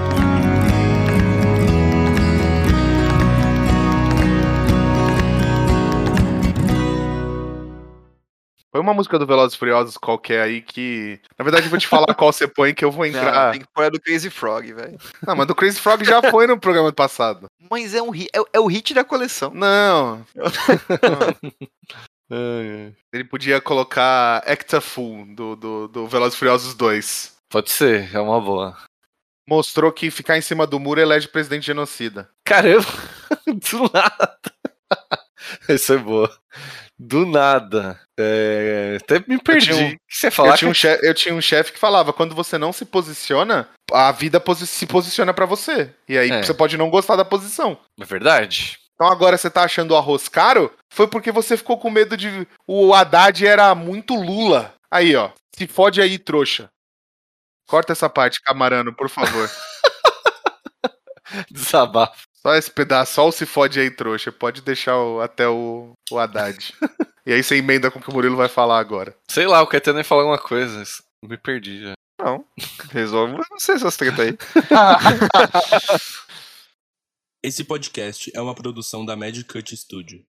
Põe uma música do Velozes e Furiosos qualquer aí que... Na verdade, eu vou te falar qual você põe que eu vou entrar... Não, tem que pôr a do Crazy Frog, velho. Não, mas do Crazy Frog já foi no programa passado. Mas é, um hit, é, é o hit da coleção. Não. Ele podia colocar Ectaful do, do, do Velozes e Furiosos dois. Pode ser, é uma boa. Mostrou que ficar em cima do muro elege presidente genocida. Caramba, do nada. Isso é boa. Do nada. É... Até me perdi. Um... O que você ia falar? Eu tinha, um chefe, eu tinha um chefe que falava, quando você não se posiciona, a vida posi- se posiciona pra você. E aí é. você pode não gostar da posição. É verdade. Então agora você tá achando o arroz caro, foi porque você ficou com medo de... O Haddad era muito Lula. Aí, ó. Se fode aí, trouxa. Corta essa parte, Camarano, por favor. Desabafo. Só esse pedaço, só o se fode aí, trouxa. Pode deixar o, até o, o Haddad. E aí você emenda com o que o Murilo vai falar agora. Sei lá, o Caetano ia falar alguma coisa. Me perdi já. Não, resolve. Não sei essas treta aí. Esse podcast é uma produção da Magic Cut Studio.